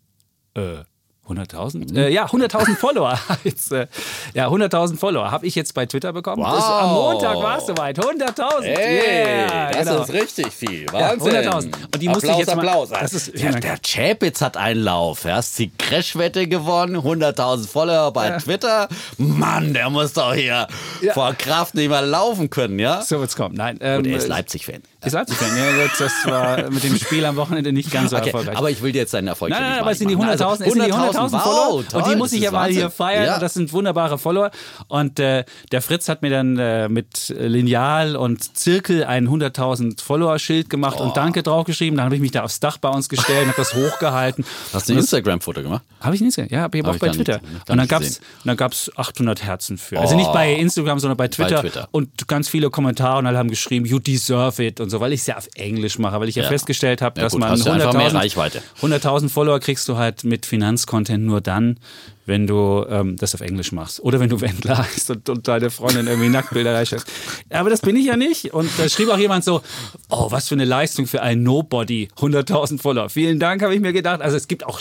100.000? 100.000 Follower. 100.000 Follower habe ich jetzt bei Twitter bekommen. Wow. Am Montag war es soweit. 100.000. Das ist richtig viel. Wahnsinn. 100.000. Und die musste ich jetzt Applaus. Der Chapitz hat einen Lauf. Hast die Crash-Wette gewonnen. 100.000 Follower bei Twitter. Mann, der muss doch hier vor Kraft nicht mehr laufen können, ja? So wird's kommen. Nein. Und er ist Leipzig-Fan. Ist Leipzig-Fan. Das war mit dem Spiel am Wochenende nicht ganz so erfolgreich. Aber ich will dir jetzt seinen Erfolg nicht aber es sind die 100.000 Follower. Und die muss ich ja mal hier feiern. Ja. Und das sind wunderbare Follower. Und der Fritz hat mir dann mit Lineal und Zirkel ein 100.000 Follower-Schild gemacht und Danke draufgeschrieben. Dann habe ich mich da aufs Dach bei uns gestellt und habe das hochgehalten. Hast du ein Instagram-Foto gemacht? Habe ich ein Instagram, ja, aber auch bei Twitter. Und dann gab es 800 Herzen für. Also nicht bei Instagram, sondern bei Twitter. Und ganz viele Kommentare und alle haben geschrieben, you deserve it und so, weil ich es ja auf Englisch mache, weil ich festgestellt habe, dass man 100.000 Reichweite. 100.000 Follower kriegst du halt mit Finanzcontent Content nur dann, wenn du das auf Englisch machst. Oder wenn du Wendler heißt und deine Freundin irgendwie Nacktbilder reichst. Aber das bin ich ja nicht. Und da schrieb auch jemand so, oh, was für eine Leistung für einen Nobody, 100.000 Follower. Vielen Dank, habe ich mir gedacht. Also es gibt auch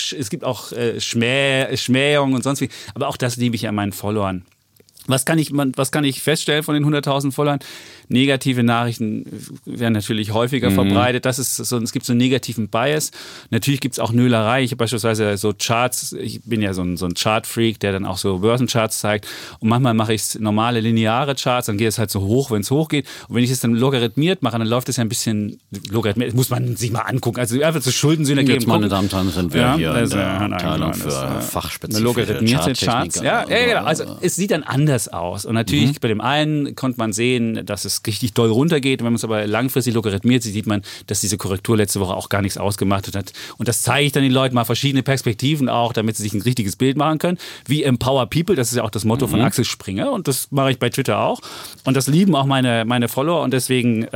Schmähungen und sonst wie. Aber auch das liebe ich an meinen Followern. Was kann ich feststellen von den 100.000 Followern? Negative Nachrichten werden natürlich häufiger verbreitet. Es gibt so einen negativen Bias. Natürlich gibt es auch Nölerei. Ich habe beispielsweise so Charts, ich bin ja so ein Chart-Freak, der dann auch so Börsencharts zeigt. Und manchmal mache ich normale lineare Charts, dann geht es halt so hoch, wenn es hochgeht. Und wenn ich es dann logarithmiert mache, dann läuft es ja ein bisschen logarithmiert. Das muss man sich mal angucken. Also einfach so Schuldensynergie. Jetzt, meine Damen und Herren, sind wir hier in der Abteilung für fachspezifische logarithmierte Charts. Ja, genau. Also es sieht dann anders aus. Und natürlich bei dem einen konnte man sehen, dass es richtig doll runtergeht. Und wenn man es aber langfristig logarithmiert sieht, sieht man, dass diese Korrektur letzte Woche auch gar nichts ausgemacht hat. Und das zeige ich dann den Leuten mal verschiedene Perspektiven auch, damit sie sich ein richtiges Bild machen können. Wie Empower People, das ist ja auch das Motto von Axel Springer. Und das mache ich bei Twitter auch. Und das lieben auch meine Follower. Und deswegen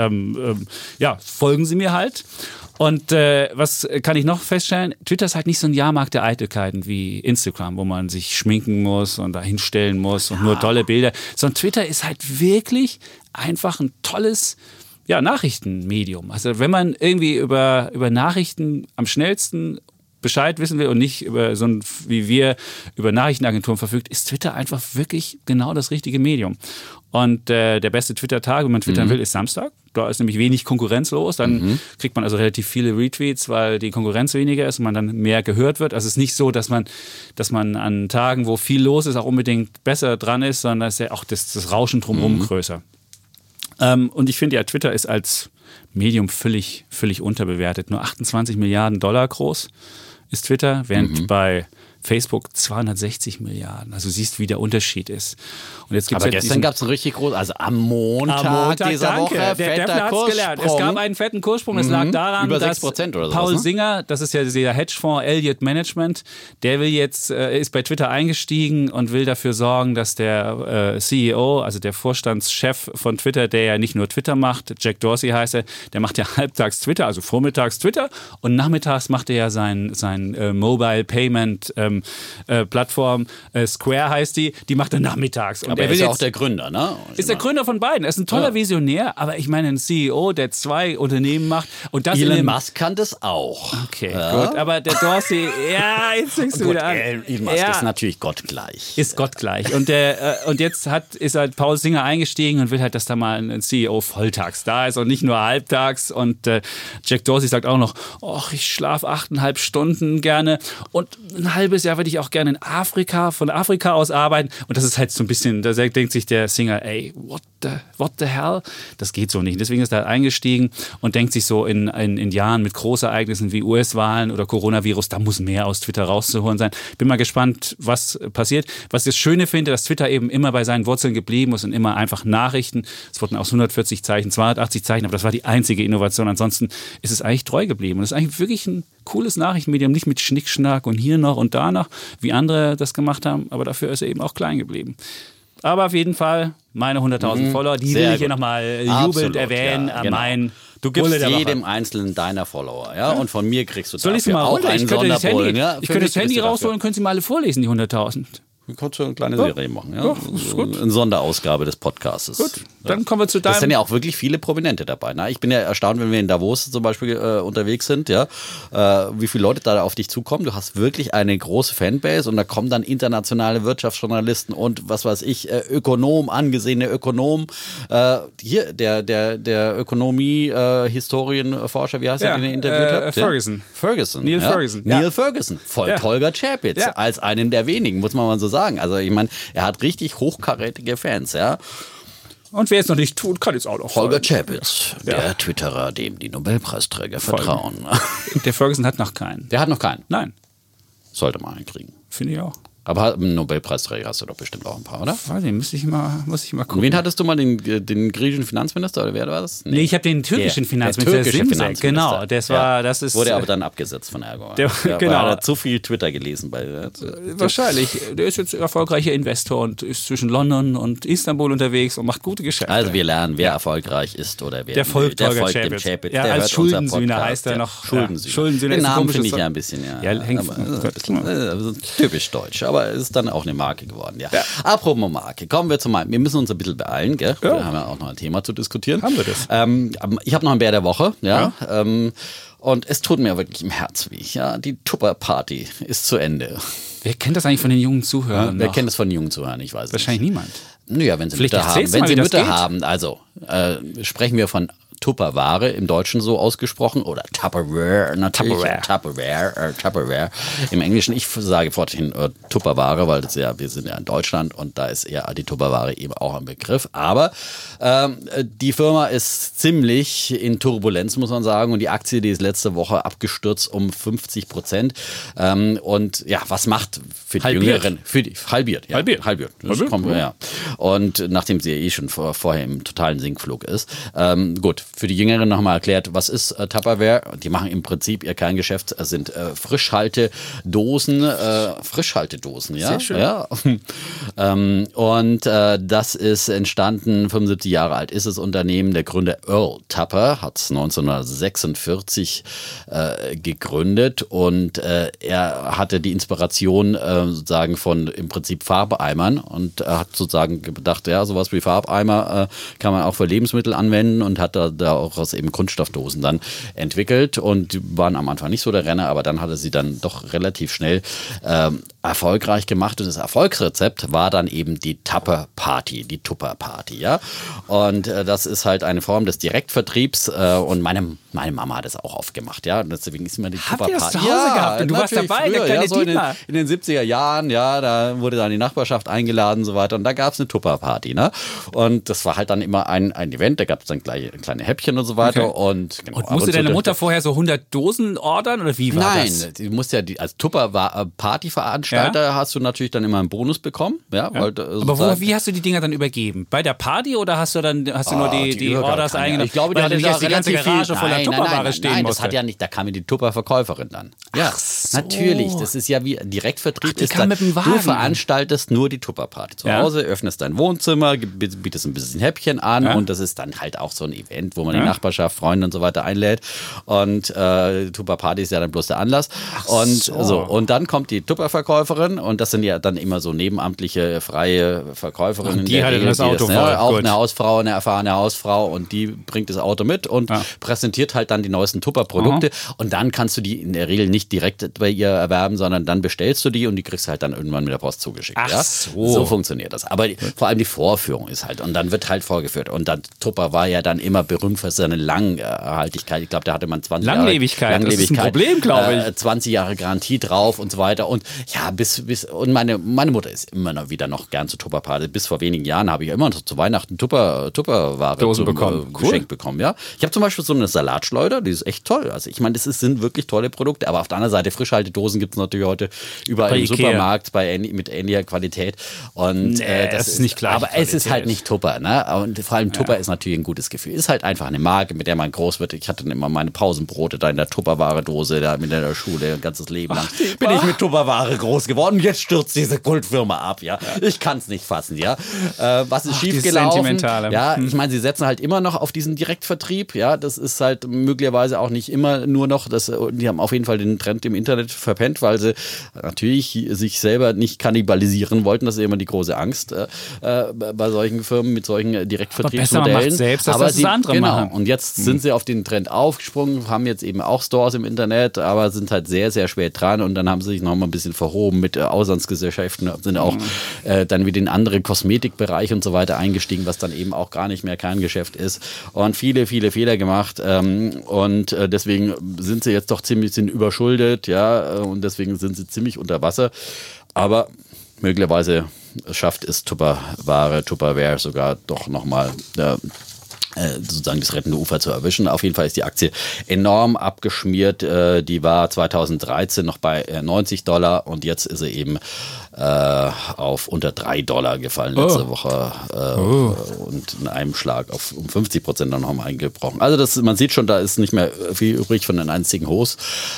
folgen sie mir halt. Und was kann ich noch feststellen? Twitter ist halt nicht so ein Jahrmarkt der Eitelkeiten wie Instagram, wo man sich schminken muss und da hinstellen muss und nur tolle Bilder. Sondern Twitter ist halt wirklich einfach ein tolles Nachrichtenmedium. Also wenn man irgendwie über Nachrichten am schnellsten Bescheid wissen will und nicht über so ein, wie wir über Nachrichtenagenturen verfügt, ist Twitter einfach wirklich genau das richtige Medium. Und der beste Twitter-Tag, wenn man twittern will, ist Samstag. Da ist nämlich wenig Konkurrenz los. Dann kriegt man also relativ viele Retweets, weil die Konkurrenz weniger ist und man dann mehr gehört wird. Also es ist nicht so, dass man an Tagen, wo viel los ist, auch unbedingt besser dran ist, sondern ist ja auch das Rauschen drumherum größer. Und ich finde ja, Twitter ist als Medium völlig unterbewertet. Nur 28 Milliarden Dollar groß ist Twitter, während bei Facebook 260 Milliarden. Also siehst, wie der Unterschied ist. Und jetzt gibt's aber gestern gab es einen richtig großen, also am Montag dieser Woche, fetter Kurssprung. Es gab einen fetten Kurssprung. Es lag daran, über 6% dass oder sowas, Paul Singer, das ist ja der Hedgefonds Elliott Management, der will jetzt, ist bei Twitter eingestiegen und will dafür sorgen, dass der CEO, also der Vorstandschef von Twitter, der ja nicht nur Twitter macht, Jack Dorsey heißt er, der macht ja halbtags Twitter, also vormittags Twitter und nachmittags macht er ja sein Mobile Payment Plattform, Square heißt die macht er nachmittags. Und aber er ist ja auch der Gründer, ne? Ist der Gründer von beiden. Er ist ein toller Visionär, aber ich meine, ein CEO, der 2 Unternehmen macht und das Elon Musk kann das auch. Okay, gut, aber der Dorsey, jetzt fängst du wieder an. Elon Musk ist natürlich gottgleich. Ist gottgleich. Und jetzt ist halt Paul Singer eingestiegen und will halt, dass da mal ein CEO volltags da ist und nicht nur halbtags. Und Jack Dorsey sagt auch noch, ich schlafe 8,5 Stunden gerne und ein halbes Jahr würde ich auch gerne von Afrika aus arbeiten. Und das ist halt so ein bisschen, da denkt sich der Singer, ey, what the hell? Das geht so nicht. Deswegen ist er eingestiegen und denkt sich so in Jahren mit Großereignissen wie US-Wahlen oder Coronavirus, da muss mehr aus Twitter rauszuholen sein. Bin mal gespannt, was passiert. Was ich das Schöne finde, dass Twitter eben immer bei seinen Wurzeln geblieben ist und immer einfach Nachrichten. Es wurden aus 140 Zeichen 280 Zeichen, aber das war die einzige Innovation. Ansonsten ist es eigentlich treu geblieben. Und es ist eigentlich wirklich ein cooles Nachrichtenmedium, nicht mit Schnickschnack und hier noch und da noch, wie andere das gemacht haben, aber dafür ist er eben auch klein geblieben. Aber auf jeden Fall meine 100.000 Follower, die will ich hier nochmal jubelnd erwähnen. Genau. Du gibst jedem einzelnen deiner Follower, ja? Und von mir kriegst du dafür ich mal auch einen Sonderbullen. Ich könnte das Handy rausholen und können Sie mal alle vorlesen, die 100.000. Du kannst eine kleine Serie machen, ja? Ist gut. Eine Sonderausgabe des Podcasts. Gut, dann kommen wir zu deinem... Es sind ja auch wirklich viele Prominente dabei. Ne? Ich bin ja erstaunt, wenn wir in Davos zum Beispiel unterwegs sind, ja, wie viele Leute da auf dich zukommen. Du hast wirklich eine große Fanbase und da kommen dann internationale Wirtschaftsjournalisten und was weiß ich, angesehene Ökonomen. Hier, der Ökonomie-Historienforscher, wie heißt der, den ihr interviewt habt? Ferguson. Neil Ferguson. Neil Ferguson. Folgt Holger Chapitz als einen der wenigen, muss man mal so sagen. Also ich meine, er hat richtig hochkarätige Fans, ja. Und wer es noch nicht tut, kann jetzt auch noch Holger Chapitz, der Twitterer, dem die Nobelpreisträger vertrauen. Der Ferguson hat noch keinen. Der hat noch keinen? Nein. Sollte man einen kriegen. Finde ich auch. Aber Nobelpreisträger hast du doch bestimmt auch ein paar, oder? Weiß nicht, muss ich mal gucken. Und wen hattest du mal, den griechischen Finanzminister oder wer war das? Nee, ich habe den türkischen Finanzminister. Der türkische Finanzminister. Genau, das ist... Wurde aber dann abgesetzt von Erdogan. Genau. Hat er zu viel Twitter gelesen. Wahrscheinlich. Der ist jetzt erfolgreicher Investor und ist zwischen London und Istanbul unterwegs und macht gute Geschäfte. Also wir lernen, wer erfolgreich ist oder wer der folgt dem Chapitz. Ja, als Schuldensühner heißt er noch. Schuldensühner. Den Namen finde ich ja ein bisschen, typisch deutsch, aber es ist dann auch eine Marke geworden. Ja. Apropos Marke, kommen wir wir müssen uns ein bisschen beeilen, gell? Ja. Wir haben ja auch noch ein Thema zu diskutieren. Haben wir das? Ich habe noch einen Bär der Woche, ja. Und es tut mir wirklich im Herz weh. Ja, die Tupper-Party ist zu Ende. Wer kennt das eigentlich von den jungen Zuhörern? Wer kennt das von den jungen Zuhörern? Ich weiß Wahrscheinlich nicht. Niemand. Naja, wenn sie Mütter haben. Wenn sie Mütter haben, also sprechen wir von Tupperware im Deutschen so ausgesprochen oder Tupperware natürlich. Tupperware im Englischen. Ich sage forthin Tupperware, weil wir sind ja in Deutschland und da ist eher die Tupperware eben auch ein Begriff. Aber die Firma ist ziemlich in Turbulenz, muss man sagen, und die Aktie, die ist letzte Woche abgestürzt um 50%. Und ja, was macht für die Jüngeren? Halbiert. Ja. Und nachdem sie ja schon vorher im totalen Sinkflug ist. Gut. Für die Jüngeren nochmal erklärt, was ist Tupperware? Die machen im Prinzip ihr Kerngeschäft, sind Frischhaltedosen, ja. Sehr schön. Ja. Und das ist entstanden, 75 Jahre alt ist das Unternehmen. Der Gründer Earl Tupper hat es 1946 gegründet und er hatte die Inspiration sozusagen von im Prinzip Farbeimern und hat sozusagen gedacht, ja, sowas wie Farbeimer kann man auch für Lebensmittel anwenden und hat da auch aus eben Kunststoffdosen dann entwickelt und die waren am Anfang nicht so der Renner, aber dann hat er sie dann doch relativ schnell erfolgreich gemacht und das Erfolgsrezept war dann eben die Tupper-Party, ja. Und das ist halt eine Form des Direktvertriebs und meine Mama hat es auch aufgemacht, ja. Und deswegen ist immer die Tupper-Party. Habt ihr das zu Hause gehabt? Und du warst dabei, früher, der kleine so Dietmar. in den 70er Jahren, ja, da wurde dann die Nachbarschaft eingeladen und so weiter und da gab es eine Tupper-Party, ne. Und das war halt dann immer ein Event, da gab es dann gleich kleine Häppchen und so weiter. Okay. Und musste deine Mutter vorher so 100 Dosen ordern oder wie war das? Nein, die musste ja als Tupper-Party-Veranstalter hast du natürlich dann immer einen Bonus bekommen. Ja. Weil, aber wie hast du die Dinger dann übergeben? Bei der Party oder hast du nur die Orders eingenommen? Ich glaube, die hatte die ganze Garage voller Tupperware stehen musste. Das hat ja nicht, da kam die Tupper-Verkäuferin dann. Ja, so. Natürlich, das ist ja wie Direktvertrieb. Die kam mit dem Wagen. Du veranstaltest nur die Tupper-Party. Zu Hause öffnest dein Wohnzimmer, bietest ein bisschen Häppchen an und das ist dann halt auch so ein Event, wo man die Nachbarschaft, Freunde und so weiter einlädt. Und Tupper-Party ist ja dann bloß der Anlass. Und dann kommt die Tupper-Verkäuferin und das sind ja dann immer so nebenamtliche, freie Verkäuferinnen. Die hat das Auto voll. Auch eine Hausfrau, eine erfahrene Hausfrau und die bringt das Auto mit und präsentiert halt dann die neuesten Tupper-Produkte. Und dann kannst du die in der Regel nicht direkt bei ihr erwerben, sondern dann bestellst du die und die kriegst du halt dann irgendwann mit der Post zugeschickt. So funktioniert das. Aber vor allem die Vorführung ist halt und dann wird halt vorgeführt. Und dann Tupper war ja dann immer berühmt für seine Langhaltigkeit. Ich glaube, da hatte man 20 Langlebigkeit. Jahre. Das ist ein Problem, glaube ich. 20 Jahre Garantie drauf und so weiter. Und ja, und meine Mutter ist immer wieder noch gern zu Tupper-Party. Bis vor wenigen Jahren habe ich immer noch zu Weihnachten Tupperware geschenkt bekommen. Ja. Ich habe zum Beispiel so eine Salatschleuder, die ist echt toll. Also ich meine, sind wirklich tolle Produkte. Aber auf der anderen Seite, Frischhaltedosen gibt es natürlich heute überall im Supermarkt mit ähnlicher Qualität. Und das ist nicht klar. Aber es ist halt nicht Tupper. Ne? Und vor allem Tupper ist natürlich ein gutes Gefühl. Ist halt einfach eine Marke, mit der man groß wird. Ich hatte immer meine Pausenbrote da in der Tupperware-Dose, da mit in der Schule, ein ganzes Leben lang. Bin ich mit Tupperware groß geworden. Jetzt stürzt diese Kultfirma ab, ja. Ich kann es nicht fassen, ja. Was ist schiefgelaufen? Ja, ich meine, sie setzen halt immer noch auf diesen Direktvertrieb, ja. Das ist halt möglicherweise auch nicht immer nur noch, die haben auf jeden Fall den Trend im Internet verpennt, weil sie natürlich sich selber nicht kannibalisieren wollten. Das ist immer die große Angst bei solchen Firmen mit solchen Direktvertriebsmodellen. Man macht selbst, dass das andere machen. Und jetzt sind sie auf den Trend aufgesprungen, haben jetzt eben auch Stores im Internet, aber sind halt sehr, sehr spät dran und dann haben sie sich noch mal ein bisschen verhoben mit Auslandsgesellschaften, sind auch dann wieder in andere Kosmetikbereich und so weiter eingestiegen, was dann eben auch gar nicht mehr Kerngeschäft ist und viele, viele Fehler gemacht und deswegen sind sie jetzt doch ziemlich überschuldet, ja, und deswegen sind sie ziemlich unter Wasser, aber möglicherweise schafft es Tupperware sogar doch nochmal sozusagen das rettende Ufer zu erwischen. Auf jeden Fall ist die Aktie enorm abgeschmiert. Die war 2013 noch bei $90 und jetzt ist sie eben auf unter $3 gefallen letzte Woche und in einem Schlag auf um 50% dann nochmal eingebrochen. Also man sieht schon, da ist nicht mehr viel übrig von den einzigen Hochs,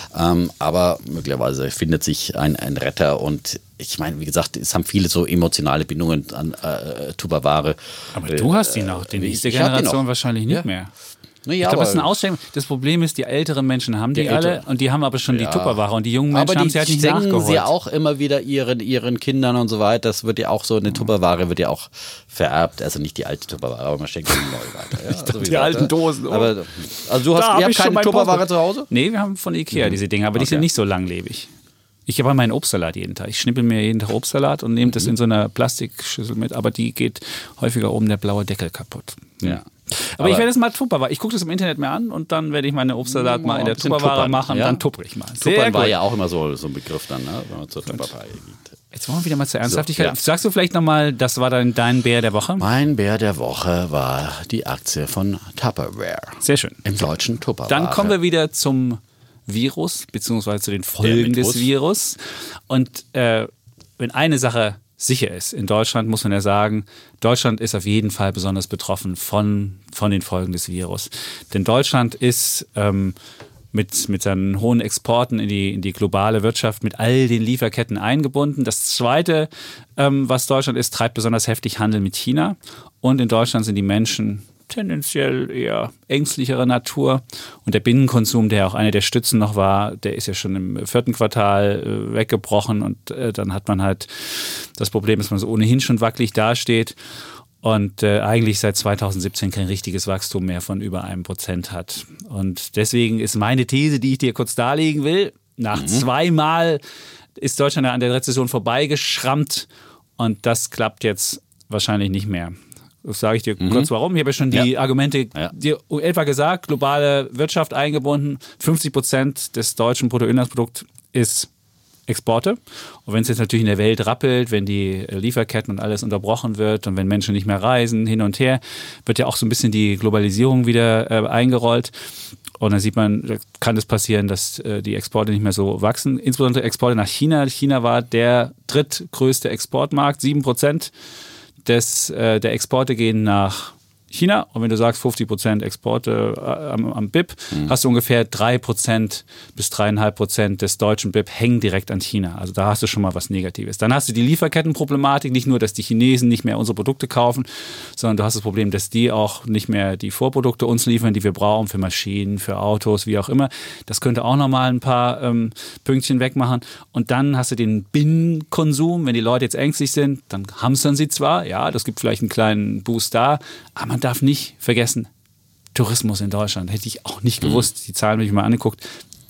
aber möglicherweise findet sich ein Retter und ich meine, wie gesagt, es haben viele so emotionale Bindungen an Tupperware. Aber du hast die noch, die nächste Generation wahrscheinlich nicht mehr. Naja, ich glaube, das ist ein Ausschlag. Das Problem ist, die älteren Menschen haben die alle und die haben aber schon die Tupperware und die jungen Menschen haben sie halt nicht nachgeholt. Aber die schenken sie auch immer wieder ihren Kindern und so weiter. Das wird ja auch so, eine Tupperware wird ja auch vererbt. Also nicht die alte Tupperware, aber man schenkt sie neu weiter. Ja, also die alten Dosen. Aber, also ihr habt keine Tupperware zu Hause? Nee, wir haben von Ikea diese Dinge, aber die sind nicht so langlebig. Ich habe meinen Obstsalat jeden Tag. Ich schnippel mir jeden Tag Obstsalat und nehme das in so einer Plastikschüssel mit, aber die geht häufiger oben der blaue Deckel kaputt. Ja. Aber ich werde es mal Tupperware. Ich gucke das im Internet mir an und dann werde ich meine Obstsalat mal in der Tupperware machen. Ja? Dann tupper ich mal. Tuppern war ja auch immer so ein Begriff dann, ne? Wenn man zur Tupperware geht. Jetzt wollen wir wieder mal zur Ernsthaftigkeit. So, ja. Sagst du vielleicht nochmal, das war dann dein Bär der Woche? Mein Bär der Woche war die Aktie von Tupperware. Sehr schön. Im deutschen Tupperware. Dann kommen wir wieder zum Virus, beziehungsweise zu den Folgen des Virus. Und wenn eine Sache sicher ist, in Deutschland muss man ja sagen, Deutschland ist auf jeden Fall besonders betroffen von den Folgen des Virus. Denn Deutschland ist mit seinen hohen Exporten in die globale Wirtschaft mit all den Lieferketten eingebunden. Das Zweite, was Deutschland ist, treibt besonders heftig Handel mit China. Und in Deutschland sind die Menschen tendenziell eher ängstlicherer Natur. Und der Binnenkonsum, der auch eine der Stützen noch war, der ist ja schon im 4. Quartal weggebrochen. Und dann hat man halt das Problem, dass man so ohnehin schon wackelig dasteht und eigentlich seit 2017 kein richtiges Wachstum mehr von über 1% hat. Und deswegen ist meine These, die ich dir kurz darlegen will, nach 2-mal ist Deutschland an der Rezession vorbeigeschrammt und das klappt jetzt wahrscheinlich nicht mehr. Das sage ich dir kurz warum. Ich habe ja schon die Argumente dir etwa gesagt. Globale Wirtschaft eingebunden. 50% des deutschen Bruttoinlandsprodukts ist Exporte. Und wenn es jetzt natürlich in der Welt rappelt, wenn die Lieferketten und alles unterbrochen wird und wenn Menschen nicht mehr reisen, hin und her, wird ja auch so ein bisschen die Globalisierung wieder eingerollt. Und dann sieht man, kann es passieren, dass die Exporte nicht mehr so wachsen. Insbesondere Exporte nach China. China war der drittgrößte Exportmarkt. 7% der Exporte gehen nach China. Und wenn du sagst 50% Exporte am BIP, hast du ungefähr 3% bis 3,5% des deutschen BIP hängen direkt an China. Also da hast du schon mal was Negatives. Dann hast du die Lieferkettenproblematik. Nicht nur, dass die Chinesen nicht mehr unsere Produkte kaufen, sondern du hast das Problem, dass die auch nicht mehr die Vorprodukte uns liefern, die wir brauchen für Maschinen, für Autos, wie auch immer. Das könnte auch nochmal ein paar Pünktchen wegmachen. Und dann hast du den Binnenkonsum. Wenn die Leute jetzt ängstlich sind, dann hamstern sie zwar. Ja, das gibt vielleicht einen kleinen Boost da. Aber man darf nicht vergessen, Tourismus in Deutschland. Hätte ich auch nicht gewusst. Die Zahlen habe ich mir mal angeguckt.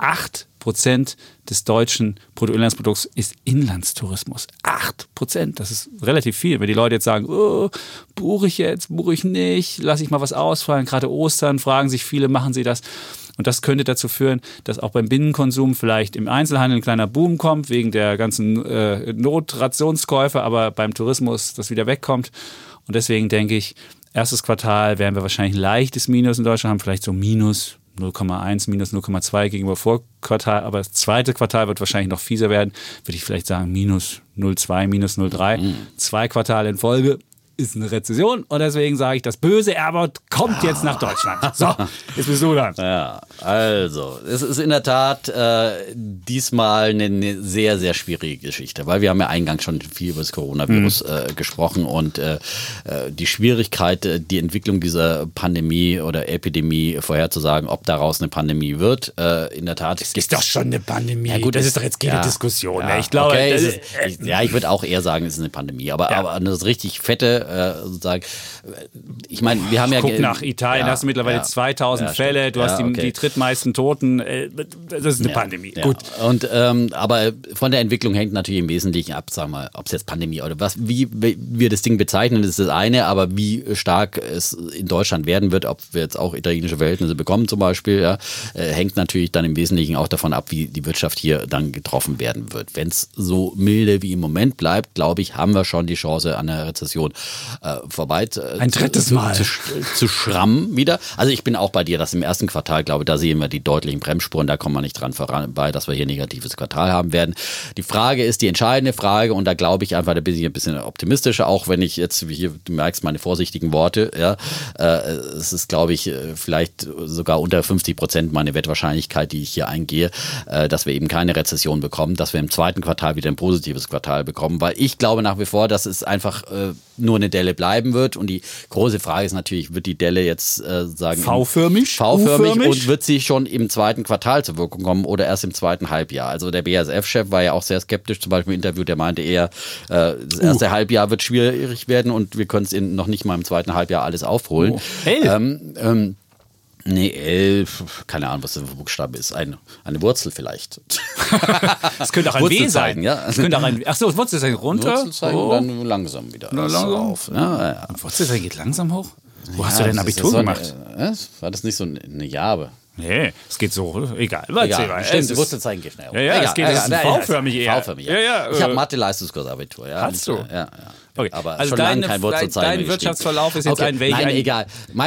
8% des deutschen Bruttoinlandsprodukts ist Inlandstourismus. 8%. Das ist relativ viel. Wenn die Leute jetzt sagen, oh, buche ich jetzt, buche ich nicht, lasse ich mal was ausfallen. Gerade Ostern fragen sich viele, machen sie das? Und das könnte dazu führen, dass auch beim Binnenkonsum vielleicht im Einzelhandel ein kleiner Boom kommt, wegen der ganzen Notrationskäufe, aber beim Tourismus das wieder wegkommt. Und deswegen denke ich, erstes Quartal werden wir wahrscheinlich ein leichtes Minus in Deutschland haben, vielleicht so minus 0,1, minus 0,2 gegenüber Vorquartal, aber das zweite Quartal wird wahrscheinlich noch fieser werden, würde ich vielleicht sagen minus 0,2, minus 0,3. 2 Quartale in Folge ist eine Rezession und deswegen sage ich, das böse R-Wort kommt jetzt nach Deutschland. So, jetzt bist du dran. Ja, also, es ist in der Tat diesmal eine sehr, sehr schwierige Geschichte, weil wir haben ja eingangs schon viel über das Coronavirus gesprochen und die Schwierigkeit, die Entwicklung dieser Pandemie oder Epidemie vorherzusagen, ob daraus eine Pandemie wird, in der Tat. Es ist doch schon eine Pandemie. Ja, gut, das ist doch jetzt keine Diskussion. Ja, ich glaube, okay, ich würde auch eher sagen, es ist eine Pandemie, aber eine richtig fette sozusagen. Ich meine, wir haben Guck nach Italien, hast du mittlerweile 2000 Fälle, du hast die drittmeisten Toten. Das ist eine Pandemie. Ja. Gut. Und aber von der Entwicklung hängt natürlich im Wesentlichen ab, sagen wir mal, ob es jetzt Pandemie oder was, wie wir das Ding bezeichnen, ist das eine, aber wie stark es in Deutschland werden wird, ob wir jetzt auch italienische Verhältnisse bekommen zum Beispiel, hängt natürlich dann im Wesentlichen auch davon ab, wie die Wirtschaft hier dann getroffen werden wird. Wenn es so milde wie im Moment bleibt, glaube ich, haben wir schon die Chance an einer Rezession vorbei ein drittes Mal zu schrammen wieder. Also ich bin auch bei dir, dass im ersten Quartal, glaube ich, da sehen wir die deutlichen Bremsspuren, da kommen wir nicht dran vorbei, dass wir hier ein negatives Quartal haben werden. Die Frage ist die entscheidende Frage und da glaube ich einfach, da bin ich ein bisschen optimistischer, auch wenn ich jetzt, wie hier, du merkst meine vorsichtigen Worte, ja, es ist, glaube ich, vielleicht sogar unter 50% meine Wettwahrscheinlichkeit, die ich hier eingehe, dass wir eben keine Rezession bekommen, dass wir im zweiten Quartal wieder ein positives Quartal bekommen, weil ich glaube nach wie vor, dass es einfach nur eine Delle bleiben wird und die große Frage ist natürlich, wird die Delle jetzt sagen V-förmig und wird sie schon im zweiten Quartal zur Wirkung kommen oder erst im zweiten Halbjahr? Also der BASF-Chef war ja auch sehr skeptisch, zum Beispiel im Interview, der meinte eher, das erste Halbjahr wird schwierig werden und wir können es noch nicht mal im zweiten Halbjahr alles aufholen. Nee, L, keine Ahnung, was der Buchstabe ist. Eine Wurzel vielleicht. Es könnte auch ein W sein. Ja. Es könnte auch ein, achso, Wurzelzeichen runter. Wurzelzeichen und dann langsam wieder. Auf. Ja. Wurzelzeichen geht langsam hoch? Wo hast du denn Abitur gemacht? War das nicht so eine Jabe? Nee, es geht so, egal. Stimmt, Wurzelzeichen geht schnell. Ja, es geht V-förmig eher. V-förmig, ja. Ich habe Mathe-Leistungskursabitur. Ja. Hast du? Ja. Okay. Aber also schon lange kein Wurzelzeichen dein Wirtschaftsverlauf ist jetzt ein welcher? Nein, egal.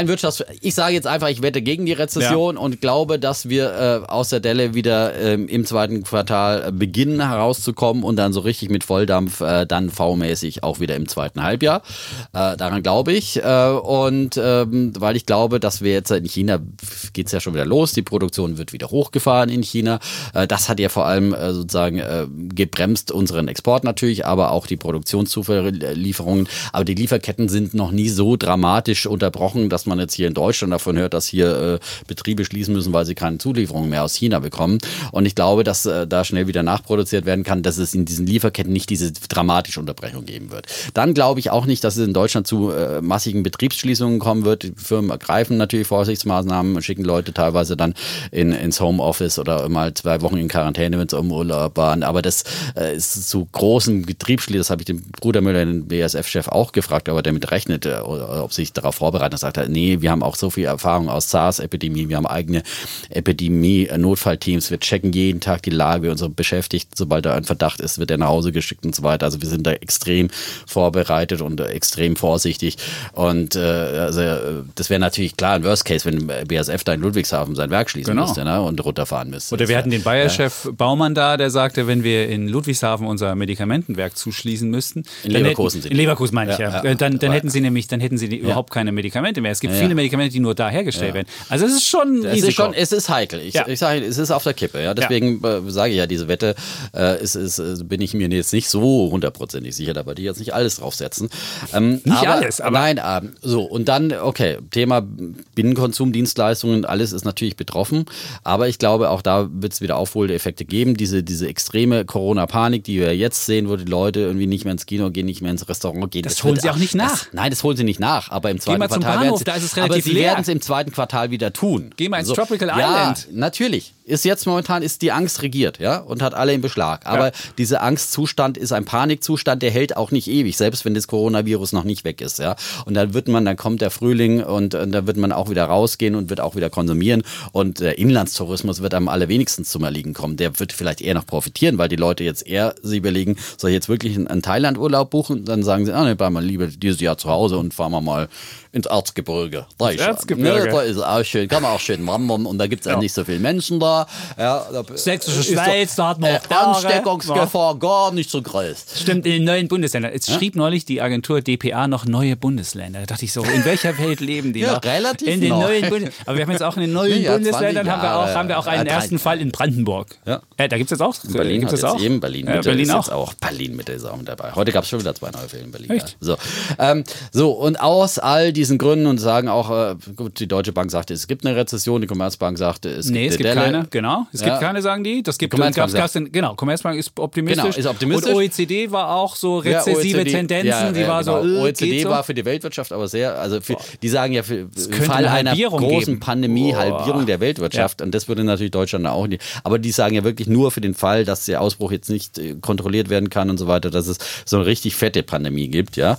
Ich sage jetzt einfach, ich wette gegen die Rezession und glaube, dass wir aus der Delle wieder im zweiten Quartal beginnen herauszukommen und dann so richtig mit Volldampf dann V-mäßig auch wieder im zweiten Halbjahr. Daran glaube ich. Und weil ich glaube, dass wir jetzt in China, geht es ja schon wieder los, die Produktion wird wieder hochgefahren in China. Das hat ja vor allem sozusagen gebremst unseren Export natürlich, aber auch die Produktionslieferungen. Aber die Lieferketten sind noch nie so dramatisch unterbrochen, dass man jetzt hier in Deutschland davon hört, dass hier Betriebe schließen müssen, weil sie keine Zulieferungen mehr aus China bekommen. Und ich glaube, dass da schnell wieder nachproduziert werden kann, dass es in diesen Lieferketten nicht diese dramatische Unterbrechung geben wird. Dann glaube ich auch nicht, dass es in Deutschland zu massigen Betriebsschließungen kommen wird. Die Firmen ergreifen natürlich Vorsichtsmaßnahmen und schicken Leute teilweise dann ins Homeoffice oder mal 2 Wochen in Quarantäne, wenn es um Urlaub waren. Aber das ist zu großen Betriebsschließungen, das habe ich dem Bruder Müller, den BASF-Chef, auch gefragt, ob er damit rechnet oder ob sich darauf vorbereitet. Er sagt, nee, wir haben auch so viel Erfahrung aus SARS-Epidemie, wir haben eigene Epidemie-Notfallteams, wir checken jeden Tag die Lage, unsere Beschäftigten, sobald da ein Verdacht ist, wird er nach Hause geschickt und so weiter. Also wir sind da extrem vorbereitet und extrem vorsichtig und das wäre natürlich klar ein Worst Case, wenn BASF da in Ludwigshafen sein Werk schließen müsste, ne, und runterfahren müsste. Oder wir hatten den Bayer-Chef Baumann da, der sagte, wenn wir in Ludwigshafen unser Medikamentenwerk zuschließen müssten, in Leverkusen meine ich, ja. Dann hätten sie überhaupt keine Medikamente mehr. Es gibt viele Medikamente, die nur da hergestellt werden. Also es ist schon ein Risiko. Es ist heikel. Ich sage, es ist auf der Kippe. Ja. Deswegen sage ich ja, diese Wette bin ich mir jetzt nicht so 100% sicher, da wollte ich jetzt nicht alles draufsetzen. Alles, aber... Nein, so. Und dann, okay, Thema Binnenkonsum, Dienstleistungen, alles ist natürlich betroffen. Aber ich glaube, auch da wird es wieder Aufholeffekte geben. Diese extreme Corona-Panik, die wir jetzt sehen, wo die Leute irgendwie nicht mehr ins Kino gehen, nicht mehr ins Restaurant gehen. Das holen sie auch nicht nach. Nein, das holen sie nicht nach. Aber im zweiten Quartal werden sie, da ist es relativ aber sie werden es im zweiten Quartal wieder tun. Geh mal ins Tropical Island. Ja, natürlich. Momentan ist die Angst regiert, ja, und hat alle im Beschlag. Aber dieser Angstzustand ist ein Panikzustand, der hält auch nicht ewig, selbst wenn das Coronavirus noch nicht weg ist, ja. Und dann kommt der Frühling und da wird man auch wieder rausgehen und wird auch wieder konsumieren. Und der Inlandstourismus wird am allerwenigsten zum Erliegen kommen. Der wird vielleicht eher noch profitieren, weil die Leute jetzt eher sich überlegen, soll ich jetzt wirklich einen Thailand-Urlaub buchen? Dann sagen sie, ne, bleiben wir lieber dieses Jahr zu Hause und fahren wir mal ins Erzgebirge. Da ist auch schön, kann man auch schön wandern und da gibt es ja nicht so viele Menschen da. Ja, Sächsische Schweiz, da hat man auch Ansteckungsgefahr gar nicht so groß. Stimmt, in den neuen Bundesländern. Jetzt schrieb neulich die Agentur dpa noch neue Bundesländer. Da dachte ich so, in welcher Welt leben die noch? Relativ in den neuen Bundesländern. Aber wir haben jetzt auch in den neuen Bundesländern haben wir auch einen ersten Fall in Brandenburg. Ja. Da gibt es jetzt auch. Berlin gibt es auch. Berlin Berlin ist auch. Berlin Mitte ist auch mit dabei. Heute gab es schon wieder 2 neue Fälle in Berlin. Echt? Ja. So, und aus all diesen Gründen und sagen auch, gut, die Deutsche Bank sagte, es gibt eine Rezession, die Commerzbank sagte, es gibt keine. Genau, es gibt keine, sagen die. Commerzbank ist optimistisch. Genau, ist optimistisch. Und OECD war auch so rezessive Tendenzen. Die war so, OECD war für die Weltwirtschaft aber sehr, also die sagen ja, für den Fall einer großen Pandemie, Halbierung der Weltwirtschaft. Und das würde natürlich Deutschland auch nicht. Aber die sagen ja wirklich nur für den Fall, dass der Ausbruch jetzt nicht kontrolliert werden kann und so weiter, dass es so eine richtig fette Pandemie gibt, ja.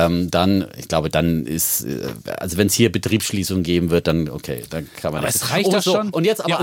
Ich glaube, dann ist, also wenn es hier Betriebsschließungen geben wird, dann okay, dann kann man aber es reicht das schon. Und jetzt aber ein Aspekt,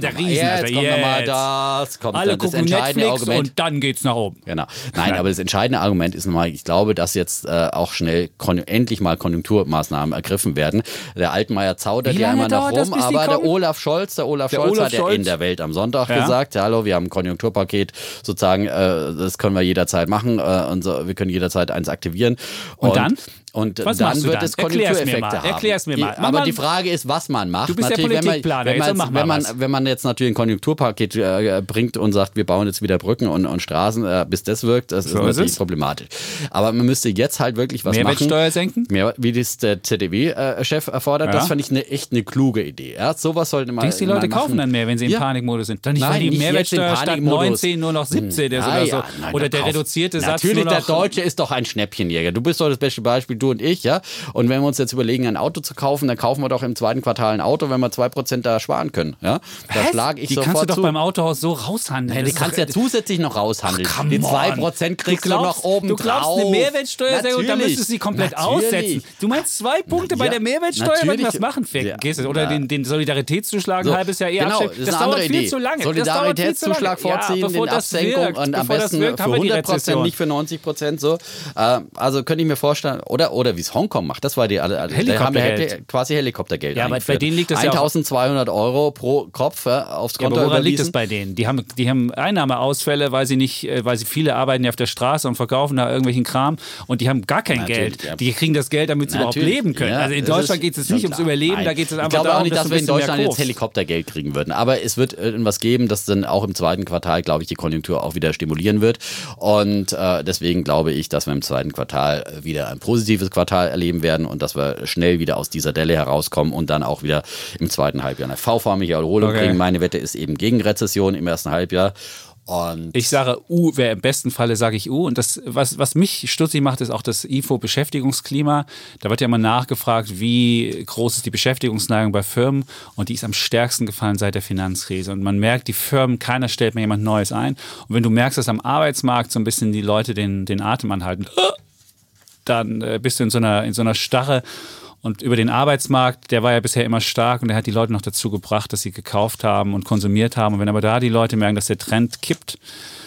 der Riesen. Kommt nochmal das, kommt alle dann das gucken entscheidende Netflix Argument. und dann geht's nach oben. Genau. Nein, aber das entscheidende Argument ist nochmal, ich glaube, dass jetzt auch schnell endlich mal Konjunkturmaßnahmen ergriffen werden. Der Altmaier zaudert ja immer noch rum, aber der Olaf Scholz hat ja in der Welt am Sonntag gesagt, hallo, wir haben ein Konjunkturpaket, sozusagen, das können wir jederzeit machen und so, wir können jederzeit eins aktivieren. Und dann? Und dann wird es Konjunktureffekte haben. Erklär's mir mal. Aber die Frage ist, was man macht. Du bist der Politikplaner, wenn man jetzt natürlich ein Konjunkturpaket bringt und sagt, wir bauen jetzt wieder Brücken und Straßen, bis das wirkt, das ist natürlich problematisch. Aber man müsste jetzt halt wirklich was Mehrwertsteuer senken? Wie das der ZDW-Chef erfordert, das fand ich echt eine kluge Idee. Ja, sowas sollte man. Denkst du, die Leute kaufen dann mehr, wenn sie im Panikmodus sind? Dann nicht, weil die Mehrwertsteuer statt 19 nur noch 17 ist oder so. Oder der reduzierte Satz. Natürlich, der Deutsche ist doch ein Schnäppchenjäger. Du bist doch das beste Beispiel, du und ich, ja. Und wenn wir uns jetzt überlegen, ein Auto zu kaufen, dann kaufen wir doch im zweiten Quartal ein Auto, wenn wir 2% da sparen können. Ja? Da schlage ich sofort zu. Die kannst du doch beim Autohaus so raushandeln. Die kannst du ja zusätzlich noch raushandeln. Die 2% kriegst du noch oben drauf. Du glaubst, eine Mehrwertsteuer, und dann müsstest du sie komplett aussetzen. Du meinst 2 Punkte bei der Mehrwertsteuer, wenn wir das machen? Oder den Solidaritätszuschlag ein halbes Jahr eher abstellen. Das dauert viel zu lange. Solidaritätszuschlag vorziehen, den Absenkung und am besten für 100%, nicht für 90%. So. Also könnte ich mir vorstellen, oder wie es Hongkong macht, das war die Helikoptergeld. Quasi Helikoptergeld. Ja, aber bei denen liegt das ja 1.200 € pro Kopf aufs Konto aber woran liegt es bei denen? Die haben Einnahmeausfälle, weil sie viele arbeiten ja auf der Straße und verkaufen da irgendwelchen Kram und die haben gar kein Geld. Ja. Die kriegen das Geld, damit sie überhaupt leben können. Ja, also in Deutschland geht es nicht ums Überleben, da geht es einfach darum, ich glaube auch nicht, dass wir in Deutschland jetzt Helikoptergeld kriegen würden, aber es wird irgendwas geben, das dann auch im zweiten Quartal, glaube ich, die Konjunktur auch wieder stimulieren wird und deswegen glaube ich, dass wir im zweiten Quartal wieder ein positives Quartal erleben werden und dass wir schnell wieder aus dieser Delle herauskommen und dann auch wieder im zweiten Halbjahr eine V-förmige Erholung kriegen. Meine Wette ist eben gegen Rezession im ersten Halbjahr. Und ich sage im besten Falle sage ich Und das, was mich stutzig macht, ist auch das IFO-Beschäftigungsklima. Da wird ja immer nachgefragt, wie groß ist die Beschäftigungsneigung bei Firmen und die ist am stärksten gefallen seit der Finanzkrise. Und man merkt, die Firmen, keiner stellt mehr jemand Neues ein. Und wenn du merkst, dass am Arbeitsmarkt so ein bisschen die Leute den Atem anhalten, dann bist du in so einer Starre. Und über den Arbeitsmarkt, der war ja bisher immer stark und der hat die Leute noch dazu gebracht, dass sie gekauft haben und konsumiert haben. Und wenn aber da die Leute merken, dass der Trend kippt,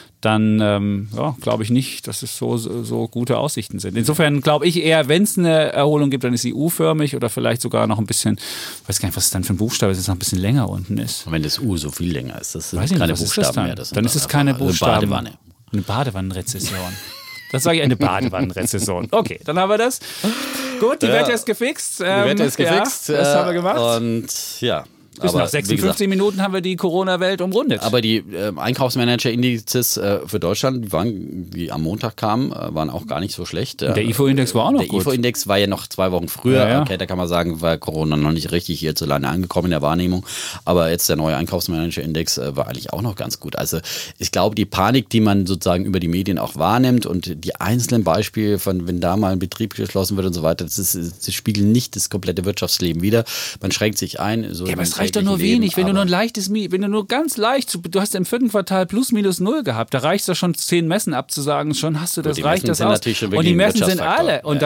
dann glaube ich nicht, dass es so gute Aussichten sind. Insofern glaube ich eher, wenn es eine Erholung gibt, dann ist sie U-förmig oder vielleicht sogar noch ein bisschen, ich weiß gar nicht, was es dann für ein Buchstabe ist, noch ein bisschen länger unten ist. Und wenn das U so viel länger ist, das sind keine Buchstaben mehr. Dann ist es keine Buchstaben. Eine Badewannenrezession. Das sage ich, eine Badewannenrezession. Okay, dann haben wir das. Gut, die Wette ist gefixt. Die Wette ist gefixt. Das haben wir gemacht. Und ja. Bis nach 56 Minuten haben wir die Corona-Welt umrundet. Aber die Einkaufsmanager-Indizes für Deutschland, die am Montag kamen, waren auch gar nicht so schlecht. Der IFO-Index war auch noch gut. Der IFO-Index war ja noch 2 Wochen früher. Ja. Okay, da kann man sagen, war Corona noch nicht richtig hierzulande angekommen in der Wahrnehmung. Aber jetzt der neue Einkaufsmanager-Index war eigentlich auch noch ganz gut. Also ich glaube, die Panik, die man sozusagen über die Medien auch wahrnimmt und die einzelnen Beispiele von, wenn da mal ein Betrieb geschlossen wird und so weiter, das spiegeln nicht das komplette Wirtschaftsleben wider. Man schränkt sich ein. So aber es reicht doch nur wenig, wenn du nur ein leichtes, wenn du nur ganz leicht, du hast im 4. Quartal plus minus 0 gehabt, da reicht es doch schon 10 Messen abzusagen, schon hast du das, reicht das aus. Und die Messen sind alle. Und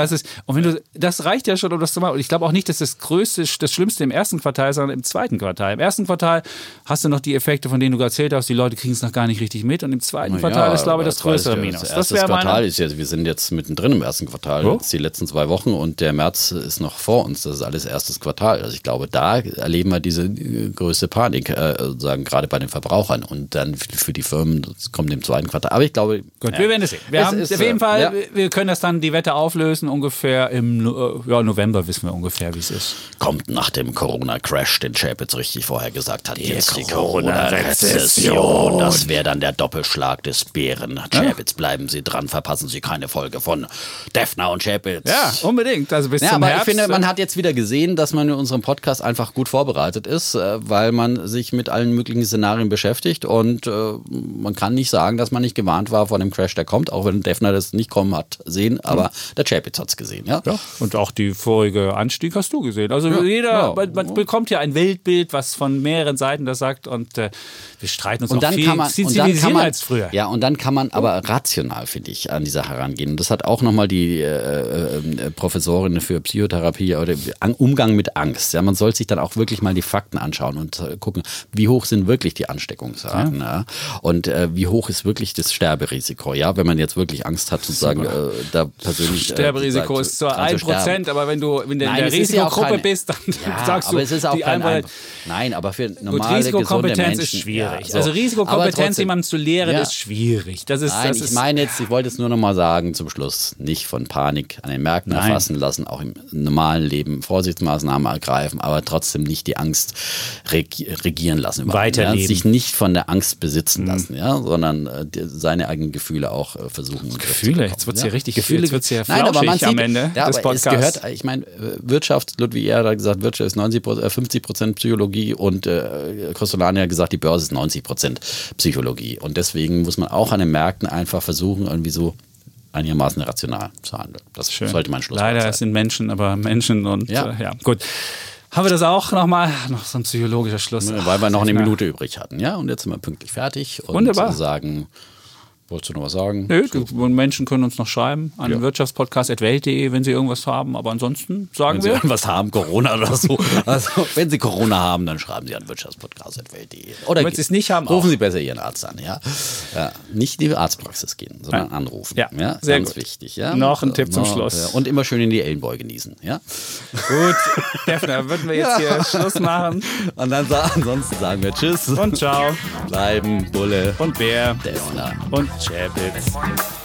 das reicht ja schon, um das zu machen. Und ich glaube auch nicht, dass das Schlimmste im 1. Quartal, sondern im 2. Quartal. Im 1. Quartal hast du noch die Effekte, von denen du erzählt hast, die Leute kriegen es noch gar nicht richtig mit. Und im 2. Quartal ist, glaube ich, das größere Minus. Das Quartal ist jetzt, wir sind jetzt mittendrin im 1. Quartal, jetzt die letzten 2 Wochen und der März ist noch vor uns. Das ist alles 1. Quartal. Also ich glaube, da erleben wir diese größte Panik, sozusagen gerade bei den Verbrauchern und dann für die Firmen, das kommt im 2. Quartal. Aber ich glaube... Gut, wir werden es sehen. Wir haben auf jeden Fall, wir können das dann, die Wette auflösen, ungefähr im November wissen wir ungefähr, wie es ist. Kommt nach dem Corona-Crash, den Chapitz richtig vorher gesagt hat, jetzt die Corona-Rezession. Das wäre dann der Doppelschlag des Bären. Chapitz, bleiben Sie dran, verpassen Sie keine Folge von Defner und Chapitz. Ja, unbedingt. Also bis zum aber Herbst. Ich finde, man hat jetzt wieder gesehen, dass man in unserem Podcast einfach gut vorbereitet ist, weil man sich mit allen möglichen Szenarien beschäftigt und man kann nicht sagen, dass man nicht gewarnt war vor dem Crash, der kommt, auch wenn Defner das nicht kommen hat sehen, aber der Chapitz hat es gesehen. Ja? Und auch die vorige Anstieg hast du gesehen. Also man bekommt ja ein Weltbild, was von mehreren Seiten das sagt und wir streiten uns und auch viel als früher. Ja, und dann kann man aber rational, finde ich, an die Sache herangehen. Und das hat auch nochmal die Professorin für Psychotherapie oder Umgang mit Angst. Ja, man soll sich dann auch wirklich mal die Fakten Fakten anschauen und gucken, wie hoch sind wirklich die Ansteckungsraten, ja? Und wie hoch ist wirklich das Sterberisiko, ja, wenn man jetzt wirklich Angst hat, sozusagen da persönlich... Sterberisiko ist zwar 1%, aber wenn du in der Risikogruppe bist, dann sagst du, aber es ist auch nein, aber für normale, gesunde Menschen... ist schwierig. Ja, so. Also Risikokompetenz, jemandem zu lehren, ist schwierig. Ich wollte es nur noch mal sagen zum Schluss, nicht von Panik an den Märkten erfassen lassen, auch im normalen Leben Vorsichtsmaßnahmen ergreifen, aber trotzdem nicht die Angst regieren lassen. Weiterleben. Ja, sich nicht von der Angst besitzen lassen, sondern seine eigenen Gefühle auch versuchen. Gefühle, jetzt wird es ja richtig Gefühle. Jetzt wird es ja flauschig am Ende des Podcasts. Ich meine, Wirtschaft, Ludwig Erhard hat gesagt, Wirtschaft ist 50% Psychologie und Costolani hat gesagt, die Börse ist 90% Psychologie. Und deswegen muss man auch an den Märkten einfach versuchen, irgendwie so einigermaßen rational zu handeln. Das sollte mein Schlusswort sein. Leider sind Menschen, aber Menschen und gut. Haben wir das auch nochmal? Noch so ein psychologischer Schluss. Weil wir noch eine Minute übrig hatten. Ja, und jetzt sind wir pünktlich fertig. Und wunderbar. Sagen... Wolltest du noch was sagen? Nö, Menschen können uns noch schreiben an wirtschaftspodcast@welt.de, wenn sie irgendwas haben. Aber ansonsten sagen wir. Wenn sie irgendwas haben, Corona oder so. Also, wenn sie Corona haben, dann schreiben sie an wirtschaftspodcast@welt.de. Oder wenn sie es nicht haben, rufen Sie besser Ihren Arzt an. Ja? Nicht in die Arztpraxis gehen, sondern anrufen. Ja, sehr ganz gut. Wichtig. Ja? Noch ein Tipp zum Schluss. Und immer schön in die Ellenbeuge genießen. Ja? Gut, Defner, würden wir jetzt hier Schluss machen. Und dann ansonsten sagen wir Tschüss. Und ciao. Bleiben Bulle und Bär. Defner und Chapitz.